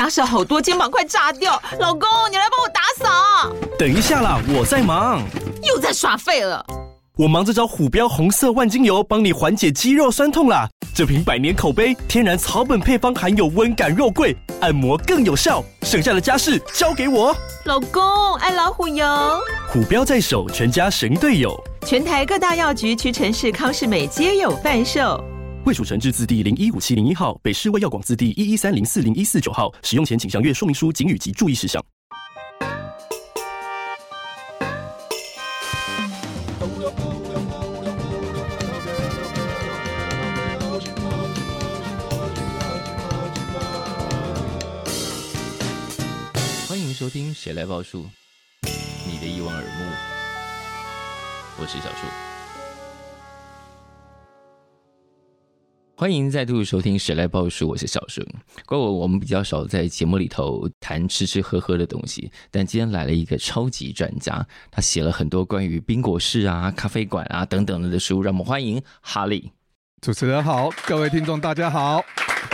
家事好多，肩膀快炸掉。老公，你来帮我打扫。 等一下啦，我在忙。 又在耍废了。 我忙着找虎标红色万金油，帮你缓解肌肉酸痛啦。这瓶100年口碑，天然草本配方，含有温感肉桂，按摩更有效。剩下的家事交给我。 老公，爱老虎油。 虎标在手，全家神队友。 全台各大药局、屈臣氏、康是美皆有贩售。 卫署成字字第015701号，北市卫药广字第113040149号。使用前请详阅说明书、警语及注意事项。 欢迎收听《谁来报数》，你的一望而目，我是小树。欢迎再度收听《谁来报数》，我是小树。我们比较少在节目里头谈吃吃喝喝的东西，但今天来了一个超级专家，他写了很多关于冰果室啊、咖啡馆啊等等的书，让我们欢迎哈利。 主持人好，各位听众大家好。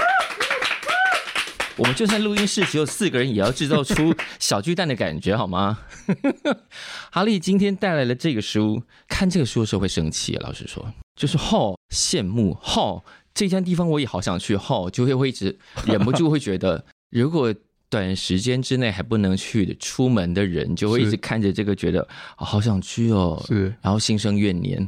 我们就算录音室只有4个人，也要制造出小巨蛋的感觉，好吗？哈利今天带来了这个书，看这个书的时候会生气，老实说，就是羡慕这家地方我也好想去，就会一直忍不住会觉得，如果短时间之内还不能去的出门的人，就会一直看着这个觉得好想去哦，是，然后心生怨念。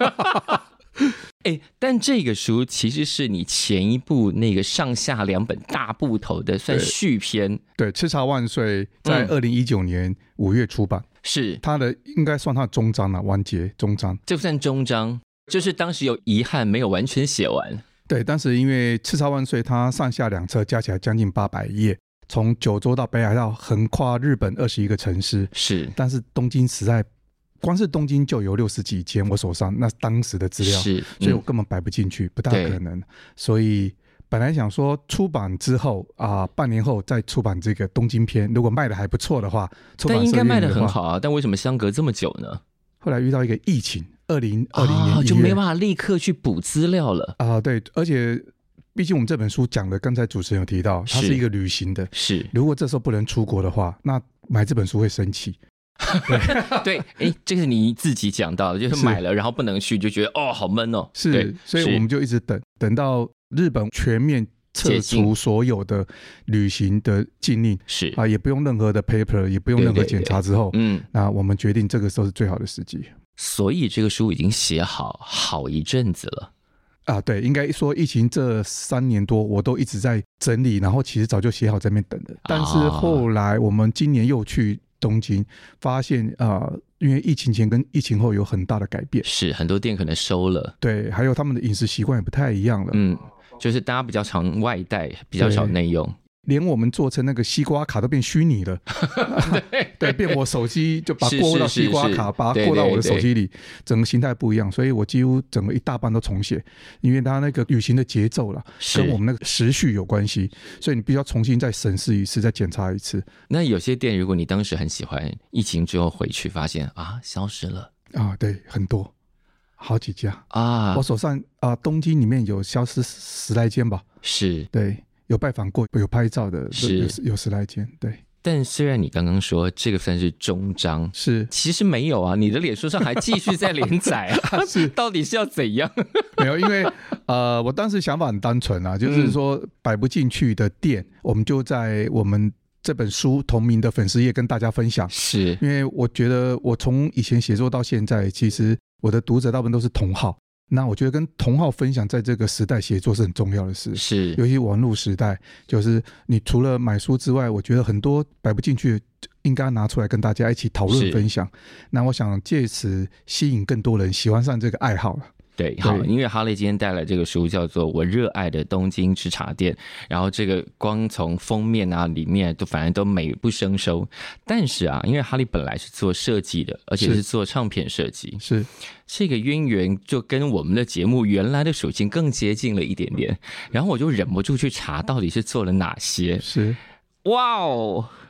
但这个书其实是你前一部那个上下2本大部头的算续篇。 对，吃茶万岁在2019年5月出版， 是他的应该算他的终章了，完结终章。 这算终章，就是当时有遗憾没有完全写完。 对，但是因为吃茶万岁它上下2册加起来将近800页，从九州到北海道横跨日本21个城市， 是， 但是东京实在光是东京就有60几间，我手上那当时的资料， 是， 所以我根本摆不进去，不大可能。所以本来想说出版之后半年后再出版这个东京篇，如果卖的还不错的话， 但应该卖的很好啊。但为什么相隔这么久呢？ 后来遇到一个疫情，2020年1月就没办法立刻去补资料了对，而且毕竟我们这本书讲的，刚才主持人有提到，它是一个旅行的， 是。 如果这时候不能出国的话，那买这本书会生气。 对，这个是你自己讲到的，就是买了然后不能去，就觉得好闷哦。 是，所以我们就一直等到日本全面撤除所有的旅行的禁令， 是也不用任何的 paper， 也不用任何检查之后，那我们决定这个时候是最好的时机。 所以这个书已经写好一阵子了。 对，应该说疫情这3年多我都一直在整理，然后其实早就写好在那边等的，但是后来我们今年又去东京，发现因为疫情前跟疫情后有很大的改变， 是很多店可能收了， 对，还有他们的饮食习惯也不太一样了， 就是大家比较常外带，比较少内用。 连我们做成那个西瓜卡都变虚拟了，对，变我手机就把过到西瓜卡，把它过到我的手机里，整个形态不一样，所以我几乎整个一大半都重写，因为它那个旅行的节奏啦，跟我们那个时序有关系，所以你必须要重新再审视一次，再检查一次。 那有些店，如果你当时很喜欢，疫情之后回去发现消失了对，很多，好几家我手上东京里面有消失10来间吧， 是， 对。有拜访过，有拍照的，有10来间，对。 但虽然你刚刚说这个算是终章， 是， 其实没有你的脸书上还继续在连载是，到底是要怎样？ 没有，因为我当时想法很单纯就是说摆不进去的店，我们就在我们这本书同名的粉丝页跟大家分享。是，因为我觉得我从以前写作到现在，其实我的读者大部分都是同好。那我觉得跟同好分享在这个时代写作是很重要的事， 是， 尤其网络时代，就是你除了买书之外，我觉得很多摆不进去应该拿出来跟大家一起讨论分享。那我想借此吸引更多人喜欢上这个爱好了。 对，好，因为哈利今天带来这个书叫做《我热爱的东京吃茶店》，然后这个光从封面里面都反正都美不胜收。但是因为哈利本来是做设计的，而且是做唱片设计，是这个渊源就跟我们的节目原来的属性更接近了一点点。然后我就忍不住去查到底是做了哪些。是，哇哦！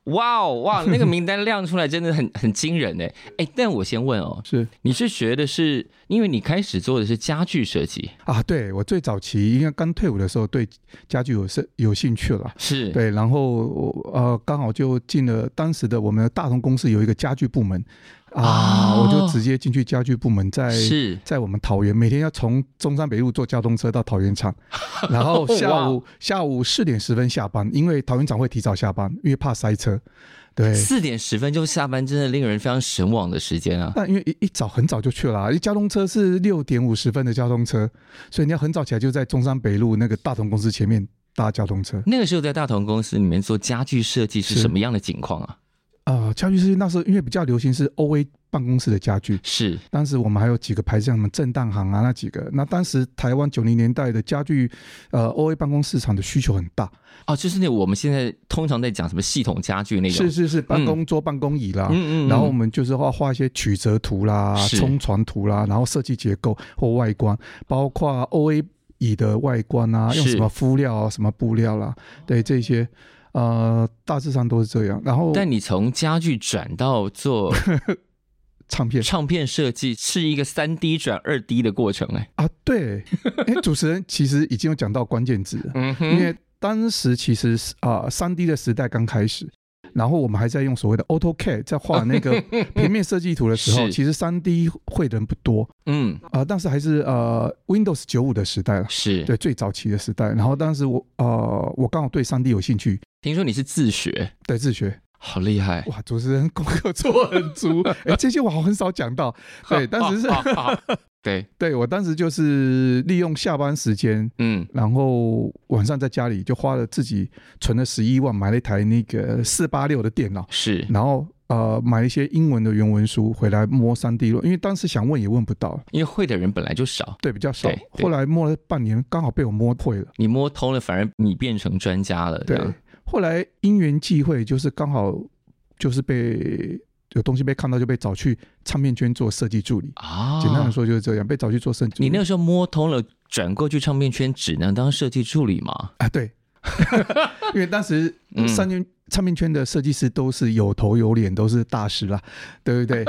哇，那个名单亮出来真的很惊人哎！但我先问哦， 是你是学的是，因为你开始做的是家具设计啊？对，我最早期应该刚退伍的时候对家具有兴趣了， 是对，然后刚好就进了当时的我们的大同公司有一个家具部门。我就直接进去家具部门，在我们桃园，每天要从中山北路坐交通车到桃园厂，然后下午4点10分下班，因为桃园厂会提早下班，因为怕塞车。对 ，4点10分就下班，真的令人非常神往的时间啊！ 但因为很早就去了因为交通车是6点50分的交通车，所以你要很早起来就在中山北路那个大同公司前面搭交通车。 那个时候在大同公司里面做家具设计是什么样的情况啊？ 家具设计那时候因为比较流行是 OA 办公室的家具， 是当时我们还有几个牌子，像什么震荡行啊那几个。那当时台湾90年代的家具OA 办公市场的需求很大就是我们现在通常在讲什么系统家具那种， 是办公桌、办公椅啦，然后我们就是画一些曲折图啦、冲床图啦，然后设计结构或外观，包括 OA 椅的外观啊，用什么敷料啊、什么布料啦，对这些。大致上都是这样。然后， 但你从家具转到做唱片设计，是一个3D 转2D 的过程对，主持人其实已经有讲到关键字了，因为当时其实3D 的时代刚开始。然后我们还在用所谓的 AutoCAD 在画那个平面设计图的时候，其实3D 会的人不多，但是还是Windows 95的时代了， 是对最早期的时代。然后当时我刚好对3D 有兴趣， 听说你是自学， 对自学。 好厉害哇！主持人功课做很足，这些我很少讲到。对，当时是对，我当时就是利用下班时间，然后晚上在家里就花了自己存了11万，买了一台那个486的电脑， 是， 然后买一些英文的原文书回来摸3D 因为当时想问也问不到， 因为会的人本来就少， 对，比较少。后来摸了半年，刚好被我摸会了， 你摸通了，反而你变成专家了， 对。后来因缘际会，就是刚好就是有东西被看到，就被找去唱片圈做设计助理简单的说就是这样，被找去做设计助理。 你那个时候摸通了，转过去唱片圈只能当设计助理吗？ 对，因为当时唱片圈的设计师都是有头有脸，都是大师啦，对不对？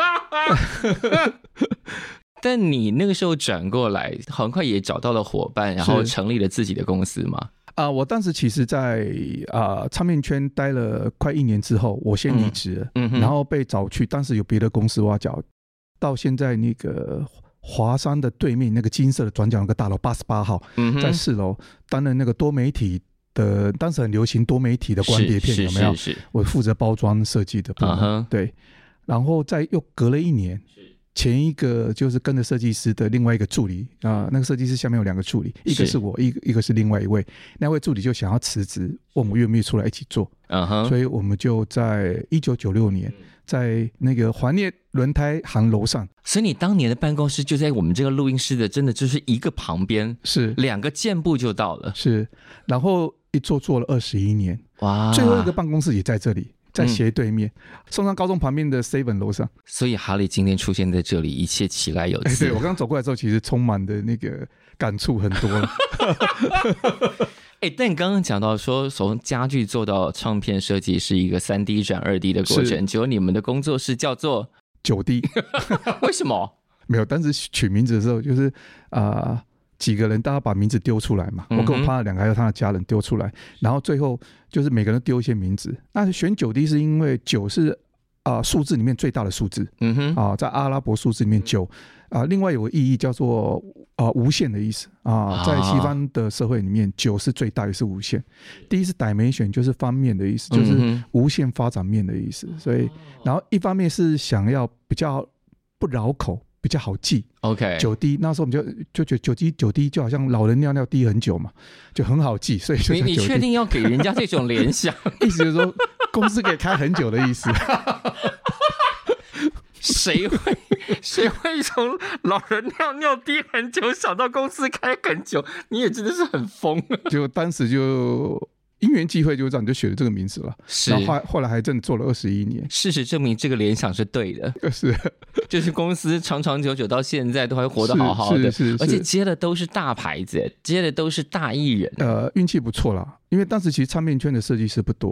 但你那个时候转过来，很快也找到了伙伴，然后成立了自己的公司嘛。 我当时其实在唱片圈待了快1年之后，我先离职了，然后被找去，当时有别的公司挖角，到现在那个华山的对面那个金色的转角那个大楼88号，在4楼担任那个多媒体的，当时很流行多媒体的光碟片，有没有？我负责包装设计的部分，对，然后再又隔了1年。前一个就是跟着设计师的另外一个助理那个设计师下面有2个助理，一个是我，一个是另外一位。那位助理就想要辞职，问我愿不愿意出来一起做。所以我们就在1996年，在那个环业轮胎行楼上。 所以你当年的办公室就在我们这个录音室的，真的就是一个旁边， 是 2个箭步就到了。 是，然后一做了21年，哇！最后一个办公室也在这里。在斜对面，松山高中旁边的 Seven 楼上。 所以哈利今天出现在这里，一切起来有自。 对，我刚刚走过来之后，其实充满的那个感触很多了。 但你刚刚讲到说，从家具做到唱片设计是一个3D 转2D 的过程，结果你们的工作室叫做 9D， 为什么？ 没有，当时取名字的时候就是几个人大家把名字丢出来嘛，我跟我partner2个还有他的家人丢出来，然后最后就是每个人丢一些名字。那选9D是因为9是数字里面最大的数字，在阿拉伯数字里面9另外有个意义叫做无限的意思在西方的社会里面9是最大也是无限。第一是 dimension 就是方面的意思，就是无限发展面的意思，所以然后一方面是想要比较不绕口，比较好记。 OK， 9D 那时候我们就觉得9D 就好像老人尿尿滴很久嘛，就很好记，所以就你确定要给人家这种联想？ 意思就是说公司可以开很久的意思。 谁会从老人尿尿滴很久想到公司开很久？你也真的是很疯。 就当时就因缘际会就这样就选了这个名字了，然后后来还真的做了21年。 事实证明这个联想是对的， 是， 就是公司长长久久到现在都还活得好好的，而且接的都是大牌子，接的都是大艺人。 运气不错啦，因为当时其实唱片圈的设计师不多了。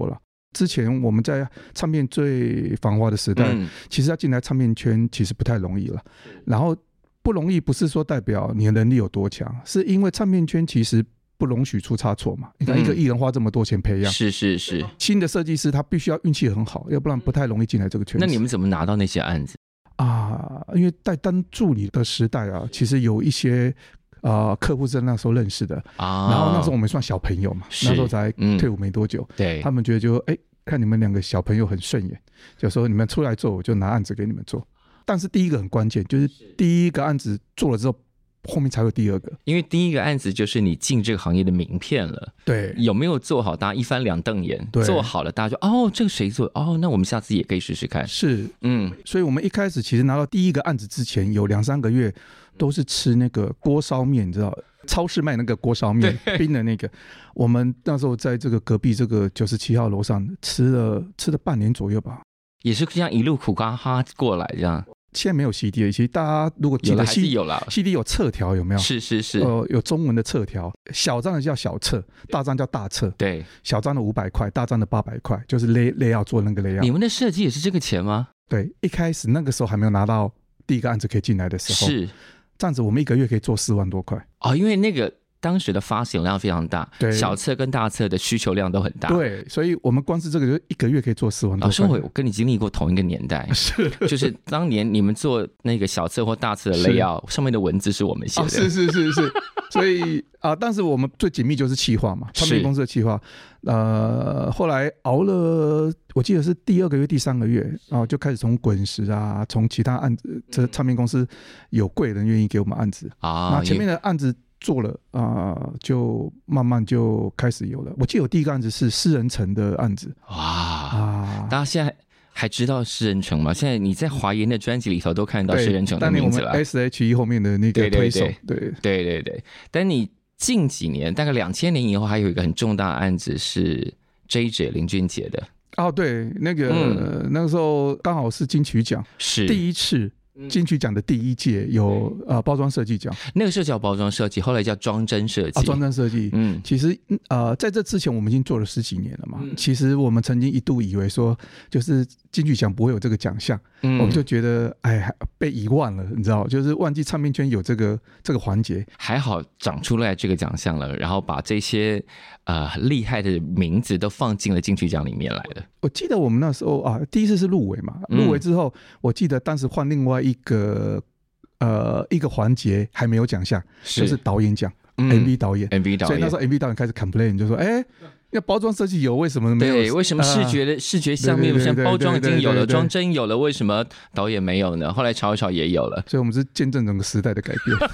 之前我们在唱片最繁华的时代，其实要进来唱片圈其实不太容易了。然后不容易不是说代表你的能力有多强，是因为唱片圈其实不容许出差错嘛。你看一个艺人花这么多钱培养， 是新的设计师他必须要运气很好，要不然不太容易进来这个圈子。 那你们怎么拿到那些案子啊？因为在当助理的时代啊，其实有一些客户是那时候认识的然后那时候我们算小朋友嘛，那时候才退伍没多久， 对， 他们觉得就看你们2个小朋友很顺眼，就说你们出来做，我就拿案子给你们做。但是第一个很关键，就是第一个案子做了之后，后面才有第2个， 因为第一个案子就是你进这个行业的名片了。 对， 有没有做好，大家一翻两瞪眼。做好了，大家就这个谁做？那我们下次也可以试试看。 是，所以我们一开始其实拿到第一个案子之前，有2-3个月都是吃那个锅烧面，你知道，超市卖那个锅烧面冰的那个。我们那时候在这个隔壁这个97号楼上吃了半年左右吧， 也是这样一路苦瓜哈过来这样。 现在没有 CD 了，其实大家如果记得 CD 有册条有没有？ 是， 有中文的册条，小张的叫小册，大张叫大册。 对， 小张的500块，大张的800块，就是layout做那个layout。 你们的设计也是这个钱吗？ 对，一开始那个时候还没有拿到第一个案子可以进来的时候， 是这样子，我们1个月可以做4万多块。 因为那个当时的发行量非常大，小册跟大册的需求量都很大， 对，所以我们光是这个就1个月可以做4万多块。 我跟你经历过同一个年代，就是当年你们做那个小册或大册的layout，上面的文字是我们写的， 是，所以当时我们最紧密就是企划嘛，唱片公司的企划。后来熬了，我记得是第2个月、第3个月，然后就开始从滚石从其他案子，这唱片公司有贵人愿意给我们案子那前面的案子做了就慢慢就开始有了。我记得我第一个案子是诗人城的案子。 大家现在还知道诗人城吗？现在你在华研的专辑里头都看到诗人城的名字了。 当年我们 SHE 后面的那个推手， 对。但你近几年，大概2000年以后，还有一个很重大的案子是 JJ 林俊杰的。 对，那个时候刚好是金曲奖， 是第一次。金曲奖的第1届有包装设计奖， 那个是叫包装设计，后来叫装帧设计。 装帧设计，其实在这之前我们已经做了10几年了嘛。其实我们曾经一度以为说，就是金曲奖不会有这个奖项，我们就觉得被遗忘了，你知道，就是忘记唱片圈有这个环节。 还好长出来这个奖项了，然后把这些很厉害的名字都放进了金曲奖里面来了。 我记得我们那时候第一次是入围嘛，入围之后，我记得当时换另外一个环节还没有奖项，就是导演奖，MV 导演，所以那时候 MV 导演开始 complain， 就说要包装设计有，为什么没有？ 对，为什么视觉上面像包装已经有了，装帧有了，为什么导演没有呢？后来吵一吵也有了， 所以我们是见证整个时代的改变。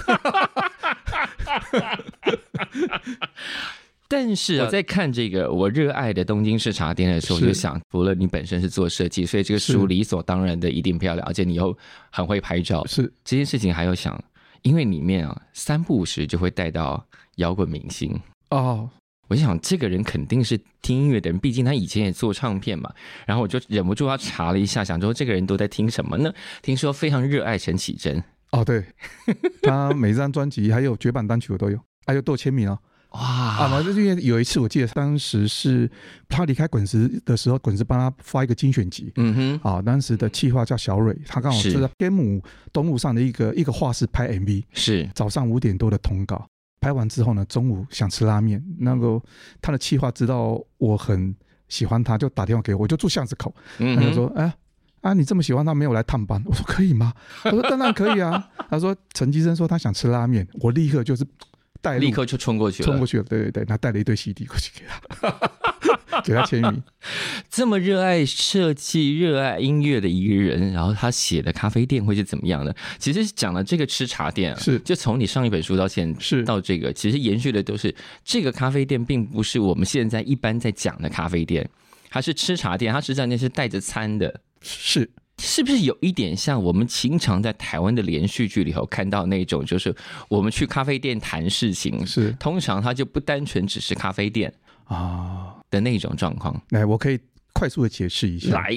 但是我在看这个我热爱的东京式茶店的时候，我就想，除了你本身是做设计，所以这个书理所当然的一定漂亮，而且你又很会拍照， 是这件事情还有想，因为里面3不5时就会带到摇滚明星我想这个人肯定是听音乐的人，毕竟他以前也做唱片嘛。然后我就忍不住要查了一下，想说这个人都在听什么呢？听说非常热爱陈绮贞。 对，他每张专辑还有绝版单曲我都有，还有都有签名就是因为有一次我记得当时是他离开滚石的时候，滚石帮他发一个精选集，当时的企划叫小蕊，他刚好是在天母东路上的一个画室拍 MV， 是早上5点多的通告，拍完之后呢，中午想吃拉面，那个他的企划知道我很喜欢他，就打电话给我，我就住巷子口，他就说你这么喜欢他，没有来探班？我说可以吗？他说当然可以啊。他说陈绮贞说他想吃拉面，我立刻就是立刻就冲过去了， 对，他带了一堆 CD 过去给他，给他签名。 这么热爱设计、热爱音乐的一个人，然后他写的咖啡店会是怎么样的？其实讲了这个吃茶店， 是就从你上一本书到现在到这个，其实延续的都是这个咖啡店，并不是我们现在一般在讲的咖啡店，它是吃茶店，它实际上那是带着餐的，是不是有一点像我们经常在台湾的连续剧里头看到那种，就是我们去咖啡店谈事情， 是通常它就不单纯只是咖啡店的那种状况。 来，我可以快速的解释一下。 来，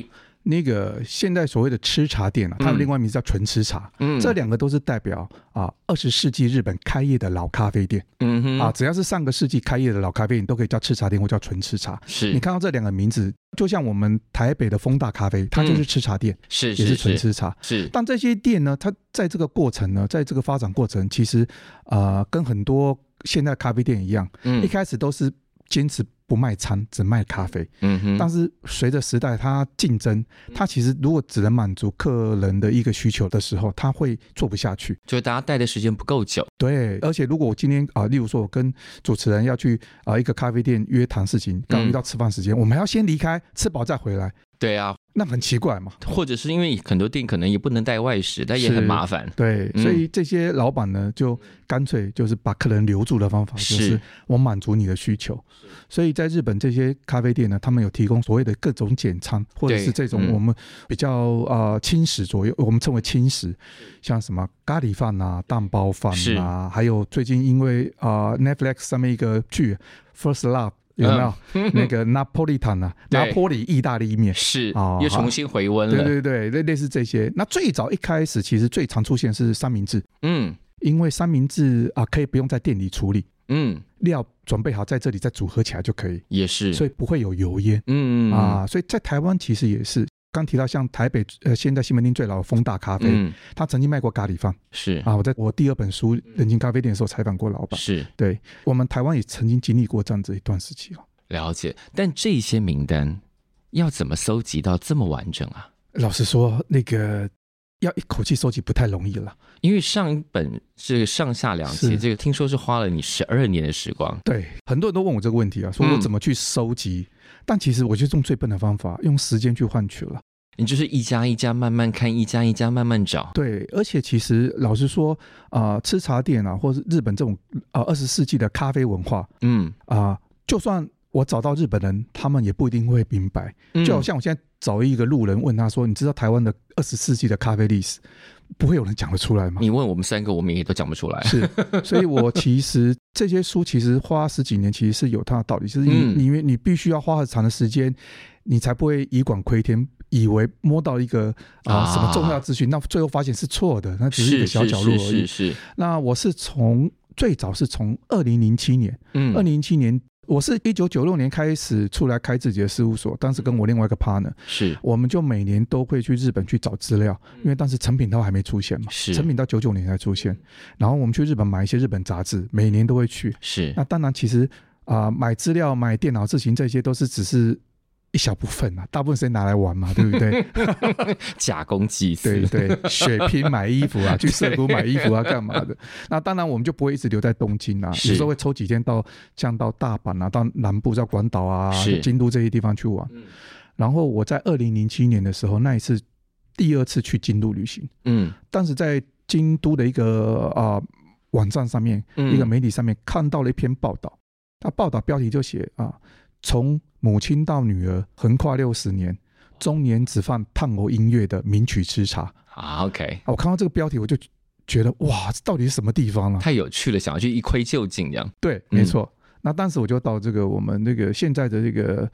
那个现在所谓的吃茶店它有另外一名字叫纯吃茶，这两个都是代表20世纪日本开业的老咖啡店，只要是上个世纪开业的老咖啡店都可以叫吃茶店或叫纯吃茶。 是你看到这两个名字，就像我们台北的丰大咖啡，它就是吃茶店， 也是纯吃茶。 是， 但这些店呢，它在这个过程呢，在这个发展过程，其实跟很多现在咖啡店一样，一开始都是坚持不卖餐，只卖咖啡。但是随着时代它竞争，它其实如果只能满足客人的一个需求的时候，它会做不下去， 就大家待的时间不够久。 对，而且如果我今天例如说我跟主持人要去一个咖啡店约谈事情，刚遇到吃饭时间，我们还要先离开，吃饱再回来。 对啊， 那很奇怪嘛。或者是因为很多店可能也不能带外食，但也很麻烦。 对，所以这些老板呢，就干脆就是把客人留住的方法，就是我满足你的需求。所以在日本这些咖啡店呢，他们有提供所谓的各种简餐，或者是这种我们比较轻食左右，我们称为轻食，像什么咖喱饭啊、蛋包饭啊，还有最近因为Netflix 上面一个剧 First Love。有没有那个 Napolitan 啊？拿坡里意大利面是又重新回温了。 对对对，类似这些。那最早一开始其实最常出现是三明治，因为三明治可以不用在店里处理，料准备好在这里再组合起来就可以， 也是， 所以不会有油烟，所以在台湾其实也是。刚提到像台北现在西门町最老的丰大咖啡，他曾经卖过咖喱饭， 是我在我第2本书《人情咖啡店》的时候采访过老板， 是对我们台湾也曾经经历过这样子一段时期。 了解，但这些名单要怎么搜集到这么完整啊？ 老实说，那个要一口气收集不太容易了， 因为上一本这个上下2期，这个听说是花了你12年的时光。 对，很多人都问我这个问题说我怎么去收集，但其实我就用最笨的方法，用时间去换取了。 你就是一家一家慢慢看，一家一家慢慢找。 对，而且其实老实说吃茶店或是日本这种20世纪的咖啡文化，就算我找到日本人，他们也不一定会明白。就好像我现在找一个路人问他说，你知道台湾的20世纪的咖啡历史，不会有人讲得出来吗？ 你问我们3个，我们也都讲不出来。 是，所以我其实这些书其实花10几年，其实是有它的道理，就是你必须要花很长的时间，你才不会以管窥天，以为摸到一个什么重要资讯，那最后发现是错的，那只是一个小角落而已。 是。 那我是最早是从2007年，2007年。我是1996年开始出来开自己的事务所，当时跟我另外一个 partner， 我们就每年都会去日本去找资料，因为当时成品都还没出现嘛，成品到99年才出现，然后我们去日本买一些日本杂志，每年都会去。那当然其实买资料、买电脑自行这些都是只是一小部分大部分时间拿来玩嘛，对不对？ 假公济私， 对，血拼买衣服去涩谷买衣服干嘛的？那当然我们就不会一直留在东京有时候会抽几天降到大阪到南部，到广岛京都这些地方去玩。然后我在2007年的时候，那一次第2次去京都旅行，当时在京都的一个网站上面，一个媒体上面看到了一篇报道，他报道标题就写从母亲到女儿横跨60年，中年只放探欧音乐的名曲吃茶。 OK， 我看到这个标题我就觉得哇，这到底是什么地方太有趣了，想要去一窥究竟这样。 对，没错。那当时我就到这个我们那个现在的这个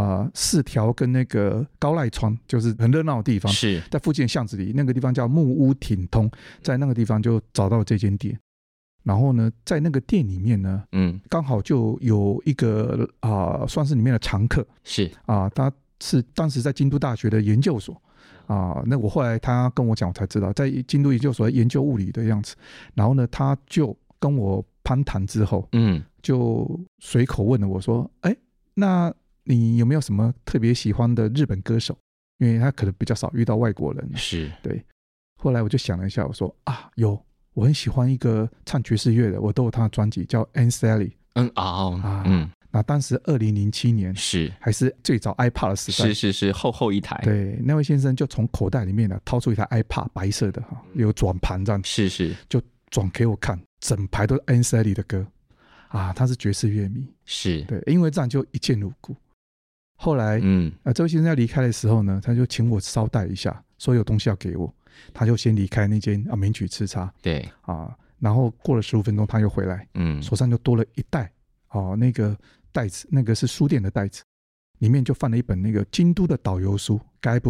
4条跟那个高濑川，就是很热闹的地方，在附近巷子里，那个地方叫木屋町通，在那个地方就找到这间店。然后呢，在那个店里面呢，刚好就有一个算是里面的常客，他是当时在京都大学的研究所那我后来他跟我讲，我才知道在京都研究所研究物理的样子。然后呢，他就跟我攀谈之后，就随口问了我说：“那你有没有什么特别喜欢的日本歌手？因为他可能比较少遇到外国人。”对。后来我就想了一下，我说有。我很喜欢一个唱爵士乐的，我都有他的专辑，叫 Anne Sally。那当时2007年还是最早 iPad 的时代， 是厚一台。 对，那位先生就从口袋里面掏出一台 iPad， 白色的有转盘这样，就转给我看，整排都是 Anne Sally 的歌他是爵士乐迷，对，因为这样就一见如故。后来这位先生要离开的时候呢，他就请我捎带一下，说有东西要给我。他就先离开那间名曲吃茶， 对然后过了15分钟他又回来，手上就多了一袋那个袋子，那个是书店的袋子，里面就放了一本那个京都的导游书 Guidebook，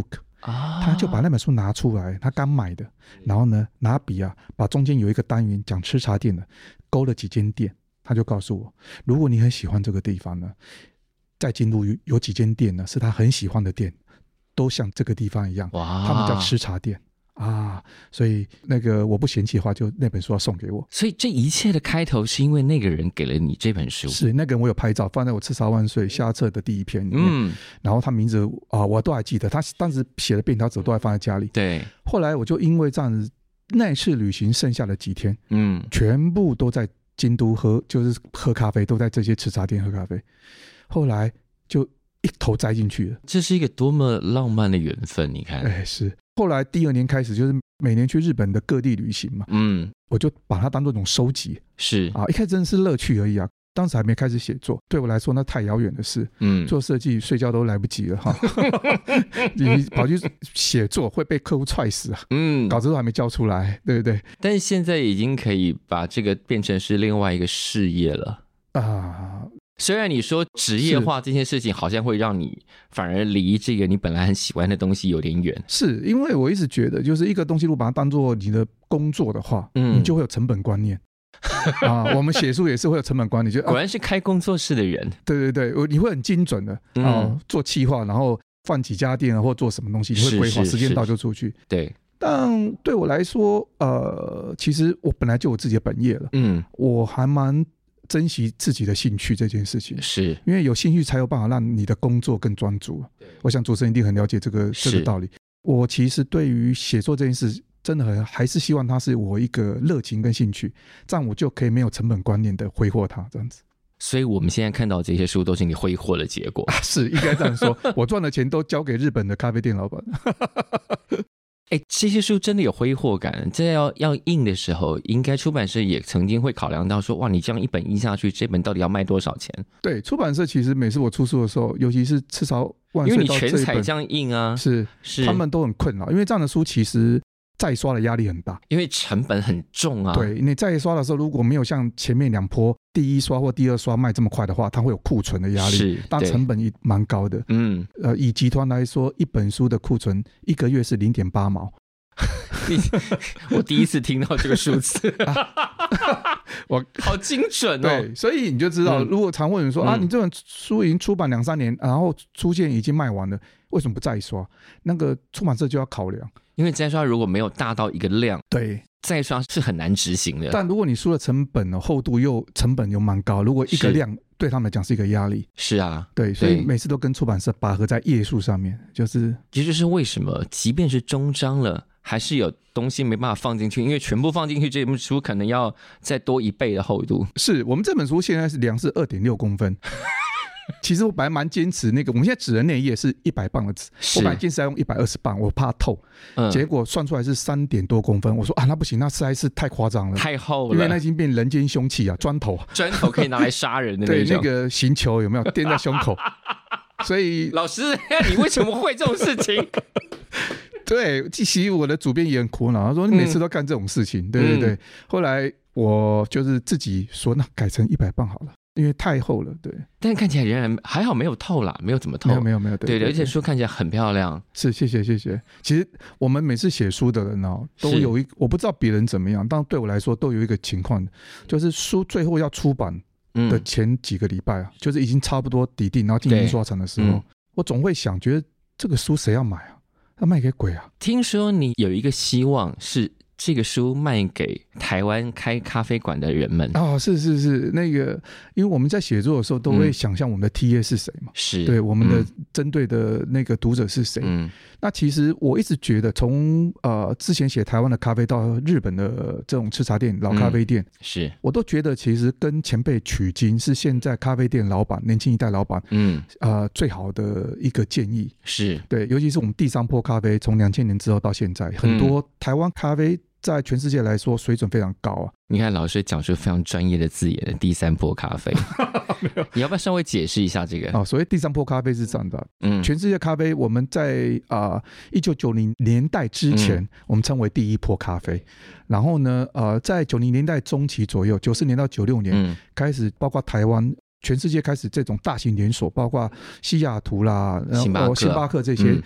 他就把那本书拿出来，他刚买的，然后呢拿笔啊，把中间有一个单元讲吃茶店的，勾了几间店，他就告诉我，如果你很喜欢这个地方呢，在京都有几间店呢是他很喜欢的店，都像这个地方一样，他们叫吃茶店啊，所以那个我不嫌弃的话，就那本书要送给我。 所以这一切的开头是因为那个人给了你这本书？ 是那个人，我有拍照放在我吃茶万岁下册的第一篇里面，然后他名字我都还记得，他当时写的便条纸都还放在家里。 对， 后来我就因为这样子，那一次旅行剩下的几天，全部都在京都就是喝咖啡，都在这些吃茶店喝咖啡。后来就一头栽进去了。 这是一个多么浪漫的缘分，你看。 是。后来第2年开始，就是每年去日本的各地旅行嘛，我就把它当作一种收集。 是啊， 一开始真的是乐趣而已啊。当时还没开始写作，对我来说那太遥远的事。做设计睡觉都来不及了哈。你跑去写作会被客户踹死啊。稿子都还没交出来，对不对？ 但是现在已经可以把这个变成是另外一个事业了啊。虽然你说职业化这件事情好像会让你反而离这个你本来很喜欢的东西有点远， 是因为我一直觉得，就是一个东西如果把它当做你的工作的话，你就会有成本观念我们写书也是会有成本观念， 果然是开工作室的人。 对对对，你会很精准的做企划，然后放几家店或做什么东西，你会规划，时间到就出去。 对， 但对我来说，其实我本来就有自己的本业了，我还蛮珍惜自己的兴趣这件事情， 是因为有兴趣才有办法让你的工作更专注。我想主持人一定很了解这个道理。我其实对于写作这件事真的还是希望它是我一个热情跟兴趣，这样我就可以没有成本观念的挥霍它，这样子。 所以我们现在看到这些书都是你挥霍的结果。 是应该这样说。我赚的钱都交给日本的咖啡店老板。 这些书真的有挥霍感。在要印的时候，应该出版社也曾经会考量到说，哇，你这样一本印下去，这本到底要卖多少钱？ 对，出版社其实每次我出书的时候，尤其是赤潮万岁到这一本， 因为你全彩这样印啊， 是他们都很困扰，因为这样的书其实再刷的压力很大， 因为成本很重啊。 对，你再刷的时候，如果没有像前面2波第一刷或第2刷卖这么快的话，它会有库存的压力，但成本也蛮高的。以集团来说，一本书的库存1个月是0.8毛。 我第一次听到这个数字。我好精准哦。 对，所以你就知道，如果常问人说你这本书已经出版2-3年，然后出现已经卖完了，为什么不再刷？那个出版社就要考量， 因为再刷如果没有大到一个量， 对， 再刷是很难执行的。 但如果你书的成本厚度又成本又蛮高，如果一个量对他们来讲是一个压力。 是啊， 对，所以每次都跟出版社拔河在页数上面，就是这就是为什么即便是终章了，还是有东西没办法放进去，因为全部放进去，这本书可能要再多1倍的厚度。 是我们这本书现在是量是2.6公分。其实我本来蛮坚持那个，我们现在纸人内页是100磅的纸，我本来坚持要用120磅，我怕透，结果算出来是3点多公分。我说那不行，那实在是太夸张了， 太厚了， 因为那已经变人间凶器啊，砖头可以拿来杀人的那种。 对，那个刑球有没有垫在胸口？所以老师，你为什么会这种事情？ 对，其实我的主编也很苦恼，他说你每次都干这种事情，对对对。后来我就是自己说，那改成100磅好了。因为太厚了，对， 但看起来仍然还好，没有透啦，没有怎么透， 没有， 对，而且书看起来很漂亮， 是，谢谢。其实我们每次写书的人都有我不知道别人怎么样，但对我来说都有一个情况，就是书最后要出版的前几个礼拜就是已经差不多底定，然后进印刷厂的时候，我总会想，觉得这个书谁要买啊？要卖给鬼啊？ 听说你有一个希望是这个书卖给台湾开咖啡馆的人们是那个，因为我们在写作的时候都会想象我们的 TA 是谁嘛， 是对我们的针对的那个读者是谁。那其实我一直觉得，从之前写台湾的咖啡到日本的这种吃茶店、老咖啡店， 是我都觉得其实跟前辈取经是现在咖啡店老板、年轻一代老板最好的一个建议。 是对，尤其是我们第3波咖啡从2000年之后到现在，很多台湾咖啡在全世界来说水准非常高啊！ 你看老师讲出非常专业的字眼的第3波咖啡，你要不要稍微解释一下这个？ 所谓第3波咖啡是这样的，全世界咖啡我们在1990年代之前，我们称为第1波咖啡。然后呢，在90年代中期左右，90年到96年开始，包括台湾。全世界开始这种大型连锁，包括西雅图啦、然后星巴克这些，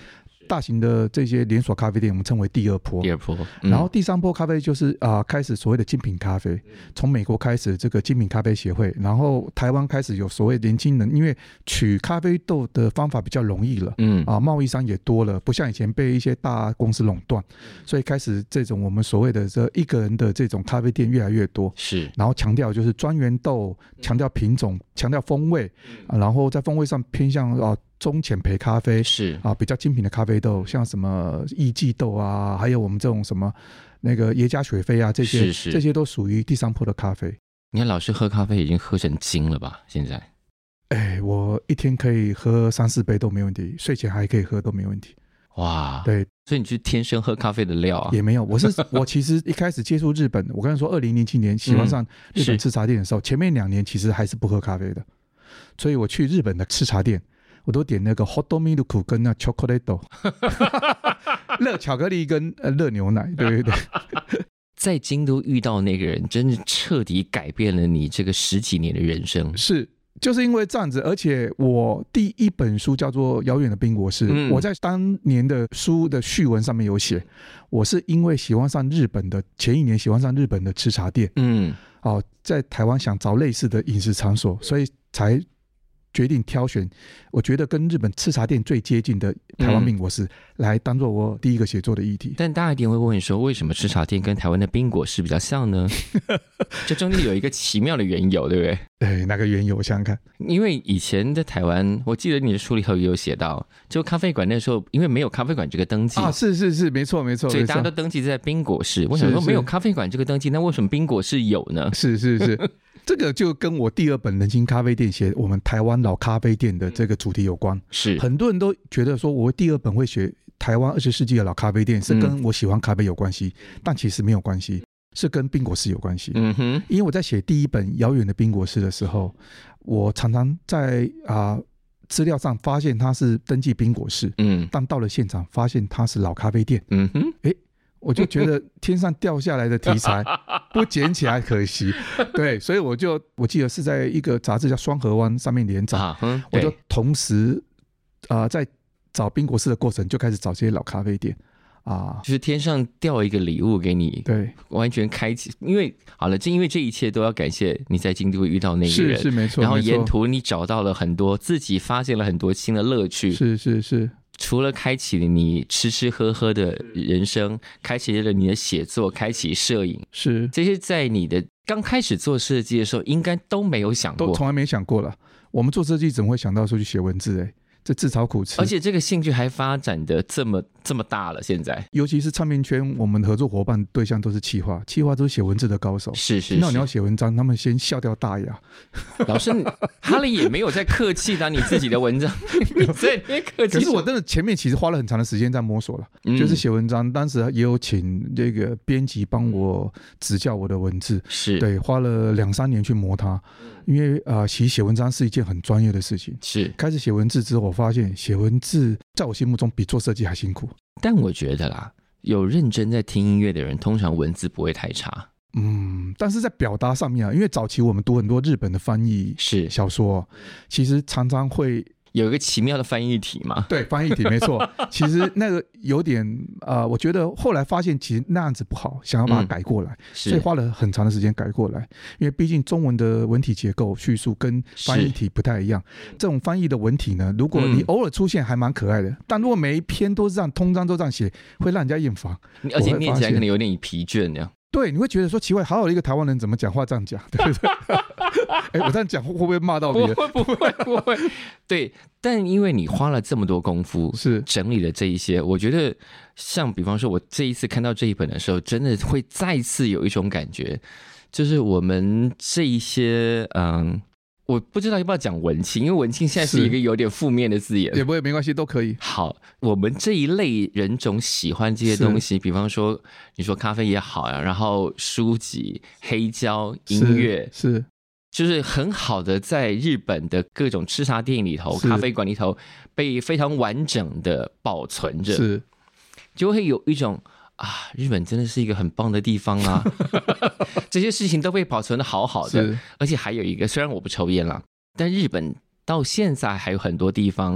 大型的这些连锁咖啡店，我们称为第二波。然后第3波咖啡就是开始所谓的精品咖啡，从美国开始这个精品咖啡协会，然后台湾开始有所谓年轻人，因为取咖啡豆的方法比较容易了，贸易商也多了，不像以前被一些大公司垄断，所以开始这种我们所谓的这一个人的这种咖啡店越来越多。 是， 然后强调就是专园豆，强调品种，强调风味，然后在风味上偏向中浅焙咖啡， 是比较精品的咖啡豆，像什么艺伎豆啊，还有我们这种什么那个耶加雪菲啊，这些都属于第3波的咖啡。 你看老师喝咖啡已经喝成精了吧？现在， 我一天可以喝3-4杯都没问题，睡前还可以喝都没问题。 哇， 对， 所以你是天生喝咖啡的料啊？ 也没有，我其实一开始接触日本，我刚才说2007年喜欢上日本吃茶店的时候，前面2年其实还是不喝咖啡的，所以我去日本的吃茶店，我都点那个 hot milk 跟那 chocolate 热巧克力跟热牛奶，对。 在京都遇到那个人，真的彻底改变了你这个10几年的人生。 是。就是因为这样子，而且我第1本书叫做《遥远的冰果室》，我在当年的书的序文上面有写，我是因为喜欢上日本的，前1年喜欢上日本的吃茶店，在台湾想找类似的饮食场所，所以才决定挑选我觉得跟日本吃茶店最接近的台湾冰果室来当做我第一个写作的议题。 但大家一定会问说，为什么吃茶店跟台湾的冰果室比较像呢？这中间有一个奇妙的缘由，对不对？ 对，哪个缘由？我想想看。 因为以前的台湾，我记得你的书里头也有写到，就咖啡馆那时候，因为没有咖啡馆这个登记是，没错， 所以大家都登记在冰果室。我想说，没有咖啡馆这个登记，那为什么冰果室有呢？ 是。这个就跟我第2本人情咖啡店写我们台湾老咖啡店的这个主题有关。 是，很多人都觉得说我第2本会写台湾20世纪的老咖啡店是跟我喜欢咖啡有关系，但其实没有关系，是跟冰果室有关系。因为我在写第1本《遥远的冰果室》的时候，我常常在资料上发现它是登记冰果室，但到了现场发现它是老咖啡店。我就觉得天上掉下来的题材不捡起来可惜，对，所以我记得是在一个杂志叫《双河湾》上面连载，我就同时在找冰果室的过程就开始找这些老咖啡店就是天上掉一个礼物给你， 对， 完全开启。因为好了，因为这一切都要感谢你在京都遇到那个人， 是没错， 然后沿途你找到了很多，自己发现了很多新的乐趣， 是。 除了开启了你吃喝喝的人生，开启了你的写作，开启摄影， 是这些在你的刚开始做设计的时候应该都没有想过， 都从来没想过了。我们做设计怎么会想到说去写文字？这自讨苦吃， 而且这个兴趣还发展的这么大了。现在尤其是唱片圈，我们合作伙伴对象都是企划都是写文字的高手， 是听到你要写文章，他们先笑掉大牙。 老师哈利也没有在客气的，你自己的文章你在那边客气。 可是我真的前面其实花了很长的时间在摸索了，就是写文章，当时也有请这个编辑帮我指教我的文字， 是对，花了2-3年去磨它。因为其实写文章是一件很专业的事情， 是开始写文字之后，我发现写文字在我心目中比做设计还辛苦。 但我觉得啦，有认真在听音乐的人，通常文字不会太差。 但是在表达上面因为早期我们读很多日本的翻译小说，其实常常会有一个奇妙的翻译体嘛？ 对，翻译体没错。其实那个有点我觉得后来发现其实那样子不好，想要把它改过来，所以花了很长的时间改过来。因为毕竟中文的文体结构叙述跟翻译体不太一样。这种翻译的文体呢，如果你偶尔出现还蛮可爱的，但如果每一篇都是这样，通章都这样写，会让人家厌烦， 而且念起来可能有点疲倦那样。 对，你会觉得说奇怪，好好的一个台湾人怎么讲话这样讲，对不对？我这样讲会不会骂到别人？ 不会。对，但因为你花了这么多功夫， 是整理了这一些，我觉得像比方说，我这一次看到这一本的时候，真的会再次有一种感觉，就是我们这一些我不知道要不要讲文青，因为文青现在是一个有点负面的字眼， 也不会，没关系，都可以。 好，我们这一类人种喜欢这些东西，比方说你说咖啡也好啊，然后书籍、黑胶、音乐是就是很好的在日本的各种吃茶店里头、咖啡馆里头被非常完整的保存着， 是就会有一种日本真的是一个很棒的地方啊！这些事情都被保存的好好的，而且还有一个，虽然我不抽烟啦，但日本到现在还有很多地方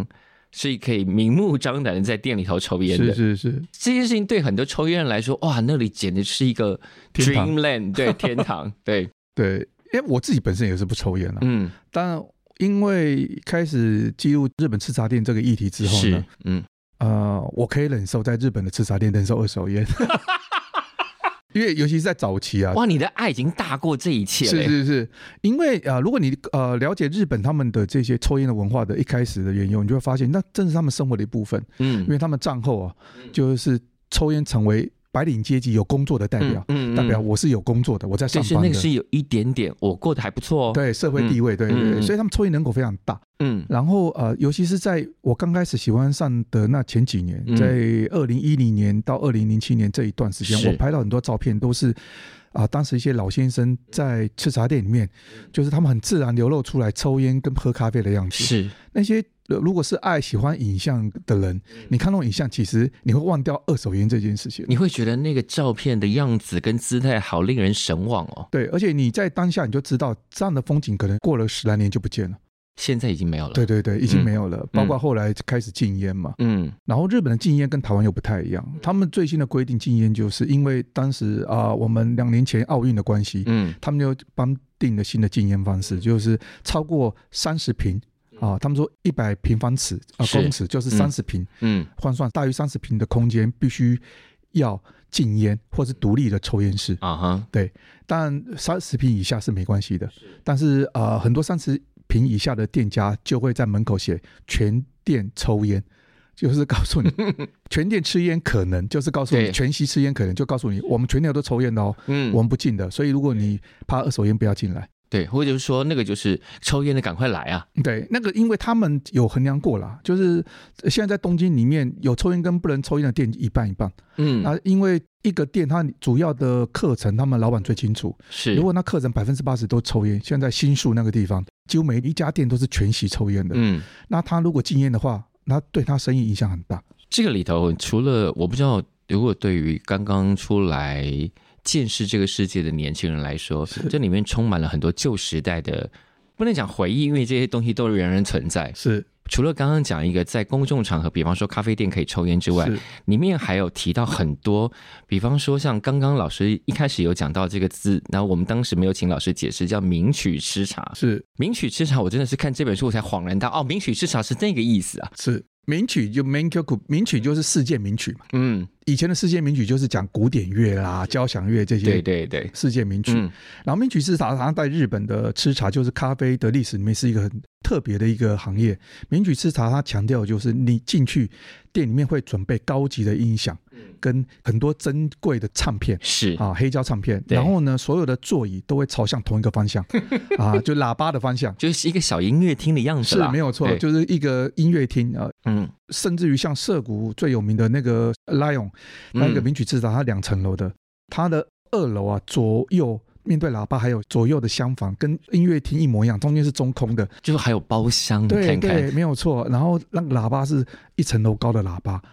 是可以明目张胆的在店里头抽烟的。 是这件事情对很多抽烟人来说，哇，那里简直是一个 dreamland， 对，天堂，对对，因为我自己本身也是不抽烟的，但因为开始记录日本吃茶店这个议题之后呢，我可以忍受在日本的吃茶店忍受二手烟。因为尤其是在早期啊， 哇，你的爱已经大过这一切了。 是，因为如果你了解日本他们的这些抽烟的文化的一开始的缘由，你就会发现那正是他们生活的一部分。因为他们战后啊，就是抽烟成为白领阶级有工作的代表，代表我是有工作的，我在上班的。 那个是有一点点我过得还不错哦。 对，社会地位，对，所以他们抽烟人口非常大。然后尤其是在我刚开始喜欢上的那前几年，在2010年到2007年这一段时间，我拍到很多照片，都是当时一些老先生在吃茶店里面，就是他们很自然流露出来抽烟跟喝咖啡的样子。是那些如果是喜欢影像的人，你看那种影像，其实你会忘掉二手烟这件事情， 你会觉得那个照片的样子跟姿态好令人神往哦。 对，而且你在当下你就知道这样的风景可能过了10来年就不见了。 现在已经没有了。 对，已经没有了，包括后来开始禁烟嘛。然后日本的禁烟跟台湾又不太一样，他们最新的规定禁烟就是因为当时我们2年前奥运的关系，他们就颁定了新的禁烟方式，就是超过30坪他们说100平方尺公尺就是30坪，换算大于30坪的空间必须要禁烟或是独立的抽烟室。对，当然30坪以下是没关系的，但是很多30坪以下的店家就会在门口写全店抽烟，就是告诉你全店吃烟可能，就是告诉你全席吃烟可能，就告诉你我们全店都抽烟的哦，我们不禁的，所以如果你怕二手烟不要进来。 对，或者是说那个就是抽烟的赶快来啊。 对，那个因为他们有衡量过啦，就是现在在东京里面有抽烟跟不能抽烟的店一半一半。因为一个店它主要的课程他们老板最清楚，是如果那课程80%都抽烟，现在新宿那个地方几乎每一家店都是全席抽烟的。那他如果禁烟的话，那对他生意影响很大。 这个里头除了我不知道，如果对于刚刚出来见识这个世界的年轻人来说，这里面充满了很多旧时代的，不能讲回忆，因为这些东西都仍然存在。是除了刚刚讲一个在公众场合，比方说咖啡店可以抽烟之外，里面还有提到很多，比方说像刚刚老师一开始有讲到这个字，然后我们当时没有请老师解释，叫名曲吃茶。是名曲吃茶，我真的是看这本书我才恍然大悟，名曲吃茶是那个意思啊。是名曲就 Menkyoku， 名曲就是世界名曲嘛。以前的世界名曲就是讲古典乐啦、交响乐这些，对，世界名曲。然后名曲吃茶，它在日本的吃茶就是咖啡的历史里面是一个很特别的一个行业。名曲吃茶它强调就是你进去店里面会准备高级的音响，跟很多珍贵的唱片，是黑胶唱片。然后呢，所有的座椅都会朝向同一个方向，就喇叭的方向， 就是一个小音乐厅的样子啦。 是没有错，就是一个音乐厅甚至于像涩谷最有名的那个 Lion， 那个名曲吃茶，它2层楼的，它的2楼左右面对喇叭，还有左右的厢房跟音乐厅一模一样，中间是中空的， 就是还有包厢。 对，没有错。然后那个喇叭是1层楼高的喇叭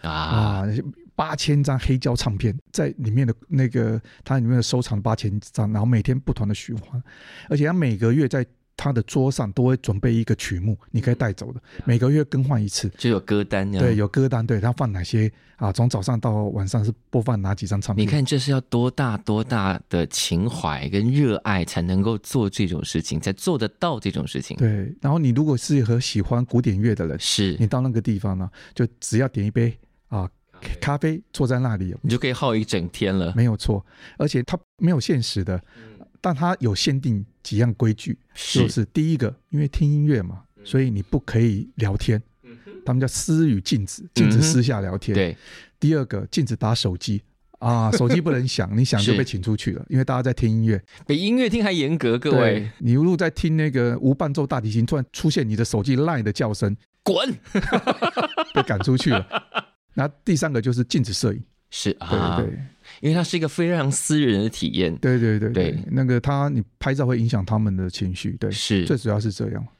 8000张黑胶唱片在里面的那个它里面的收藏8000张，然后每天不同的循环，而且它每个月在他的桌上都会准备一个曲目，你可以带走的，每个月更换一次， 就有歌单。 对，有歌单，对，他放哪些从早上到晚上是播放哪几张唱片。 你看这是要多大的情怀跟热爱才能够做这种事情，才做得到这种事情。 对，然后你如果是和喜欢古典乐的人，是你到那个地方呢，就只要点一杯咖啡，坐在那里， 你就可以耗一整天了。 没有错，而且它没有限时的。但它有限定几样规矩，就是第一个，因为听音乐嘛，所以你不可以聊天，他们叫私语禁止，禁止私下聊天。对。第二个，禁止打手机手机不能响，你响就被请出去了，因为大家在听音乐， 比音乐厅还严格。各位， 你如果在听那个无伴奏大提琴，突然出现你的手机 LINE 的叫声， 滚， 被赶出去了。那第三个就是禁止摄影。 是对，因为它是一个非常私人的体验。 对，那个你拍照会影响他们的情绪。对，是最主要是这样。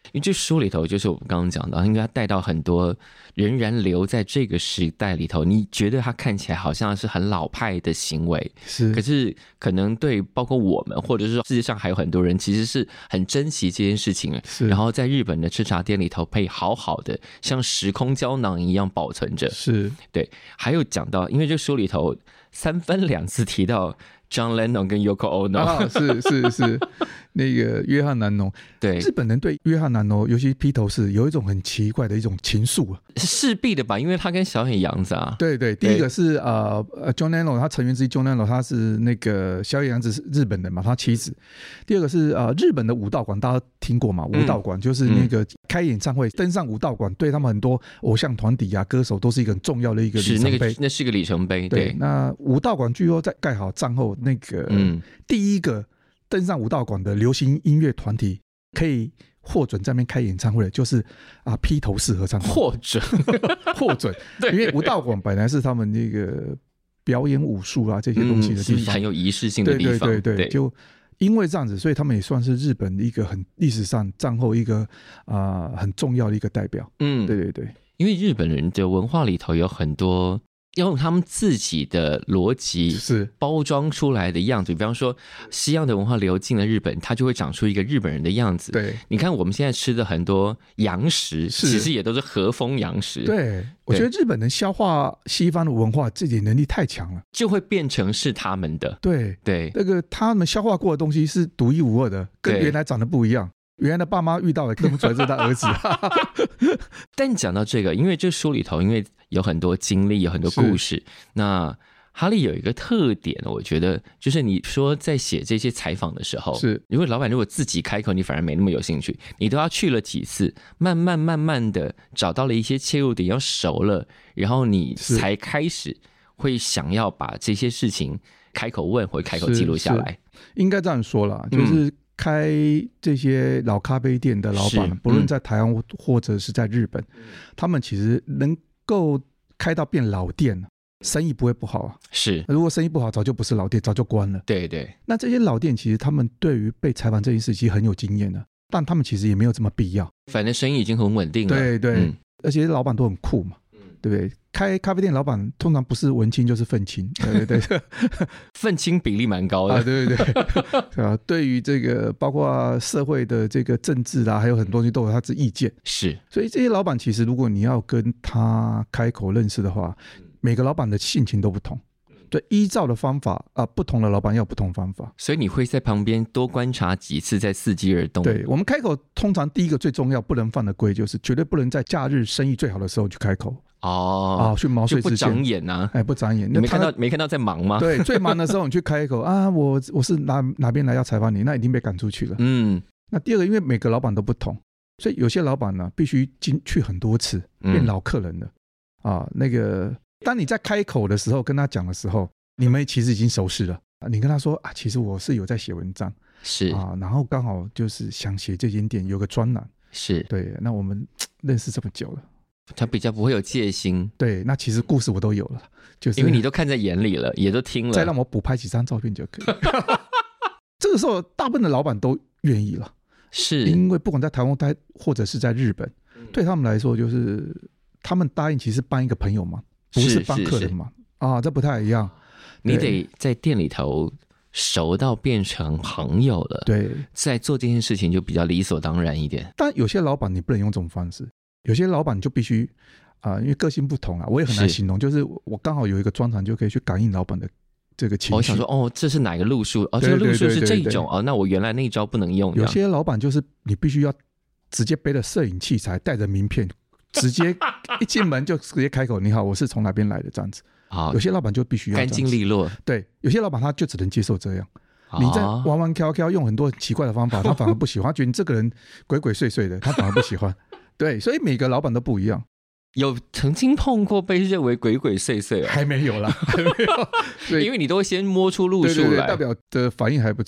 因为这书里头就是我们刚刚讲到，应该带到很多仍然留在这个时代里头，你觉得他看起来好像是很老派的行为， 是， 可是可能对包括我们或者是说世界上还有很多人其实是很珍惜这件事情，然后在日本的吃茶店里头被好好的像时空胶囊一样保存着。 是， 对。还有讲到，因为这书里头3分2次提到John Lennon 跟 Yoko Ono， 是那个约翰南农， 对， 日本人对约翰南农，尤其披头士有一种很奇怪的一种情愫啊， 势必的吧，因为他跟小野洋子啊， 对，第一个是John Lennon， 他成员之一 John Lennon， 他是那个小野洋子是日本人嘛，他妻子。第二个是日本的武道馆，大家听过嘛？武道馆就是那个开演唱会登上武道馆，对他们很多偶像团体啊、歌手都是一个很重要的一个里程碑， 那是个里程碑。 对，那武道馆据说在盖好战后，那个第一个登上武道馆的流行音乐团体可以获准在那边开演唱会的，就是披头士合唱团。获准，对，因为武道馆本来是他们那个表演武术啊这些东西的地方， 是很有仪式性的地方。 对，就因为这样子，所以他们也算是日本一个很历史上战后一个很重要的一个代表。对， 因为日本人的文化里头有很多用他们自己的逻辑是包装出来的样子，比方说西洋的文化流进了日本，它就会长出一个日本人的样子。 对， 你看我们现在吃的很多洋食，其实也都是和风洋食。 对，我觉得日本人消化西方的文化这点能力太强了， 就会变成是他们的。 对，那个他们消化过的东西是独一无二的，跟原来长得不一样。原来的爸妈遇到了认不出来这是他儿子。 但讲到这个，因为这书里头因为有很多经历，有很多故事，那哈利有一个特点，我觉得就是你说在写这些采访的时候， 是如果老板如果自己开口，你反而没那么有兴趣，你都要去了几次，慢慢的找到了一些切入点，要熟了，然后你才开始会想要把这些事情开口问或开口记录下来。 应该这样说啦，就是开这些老咖啡店的老板，不论在台湾或者是在日本，他们其实能够开到变老店，生意不会不好啊。 是， 如果生意不好，早就不是老店，早就关了。 对。 那这些老店其实他们对于被采访这件事其实很有经验的，但他们其实也没有这么必要。 反正生意已经很稳定了。 对，而且老板都很酷嘛。对不对？开咖啡店老板通常不是文青就是愤青，对， 愤青比例蛮高的。 对，对于这个包括社会的这个政治还有很多东西都有他的意见。 是， 所以这些老板其实如果你要跟他开口认识的话，每个老板的性情都不同。对，依照的方法不同的老板要有不同方法， 所以你会在旁边多观察几次，再伺机而动。 对，我们开口通常第一个最重要不能犯的规就是绝对不能在假日生意最好的时候去开口。去毛遂自荐， 就不长眼啊！ 不长眼， 你没看到在忙吗？ 对，最忙的时候你去开口我是哪边来要采访你，那已经被赶出去了。那第二个，因为每个老板都不同，所以有些老板呢必须去很多次，变老客人了那个当你在开口的时候跟他讲的时候，你们其实已经熟识了。你跟他说其实我是有在写文章， 是然后刚好就是想写这间店有个专栏， 是对， 那我们认识这么久了。 他比较不会有戒心。 对，那其实故事我都有了，就是因为你都看在眼里了，也都听了， 再让我补拍几张照片就可以。这个时候大部分的老板都愿意了， 是因为不管在台湾或者是在日本，对他们来说就是他们答应其实帮一个朋友嘛，不是帮客人嘛。这不太一样， 你得在店里头熟到变成朋友了， 对， 在做这件事情就比较理所当然一点。 但有些老板你不能用这种方式，有些老板就必须因为个性不同我也很难形容，就是我刚好有一个专长就可以去感应老板的这个情绪。 我想说这是哪个路数这个路数是这一种那我原来那一招不能用。 有些老板就是你必须要直接背着摄影器材，带着名片，直接一进门就直接开口，你好，我是从哪边来的这样子。有些老板就必须要干净利落。 对，有些老板他就只能接受这样。你在玩玩 QQ 用很多奇怪的方法，他反而不喜欢，他觉得你这个人鬼鬼祟祟的，他反而不喜欢。对，所以每个老板都不一样。 有曾经碰过被认为鬼鬼祟祟还没有啦，还没有。 因为你都会先摸出路数来， 对，代表的反应还不错。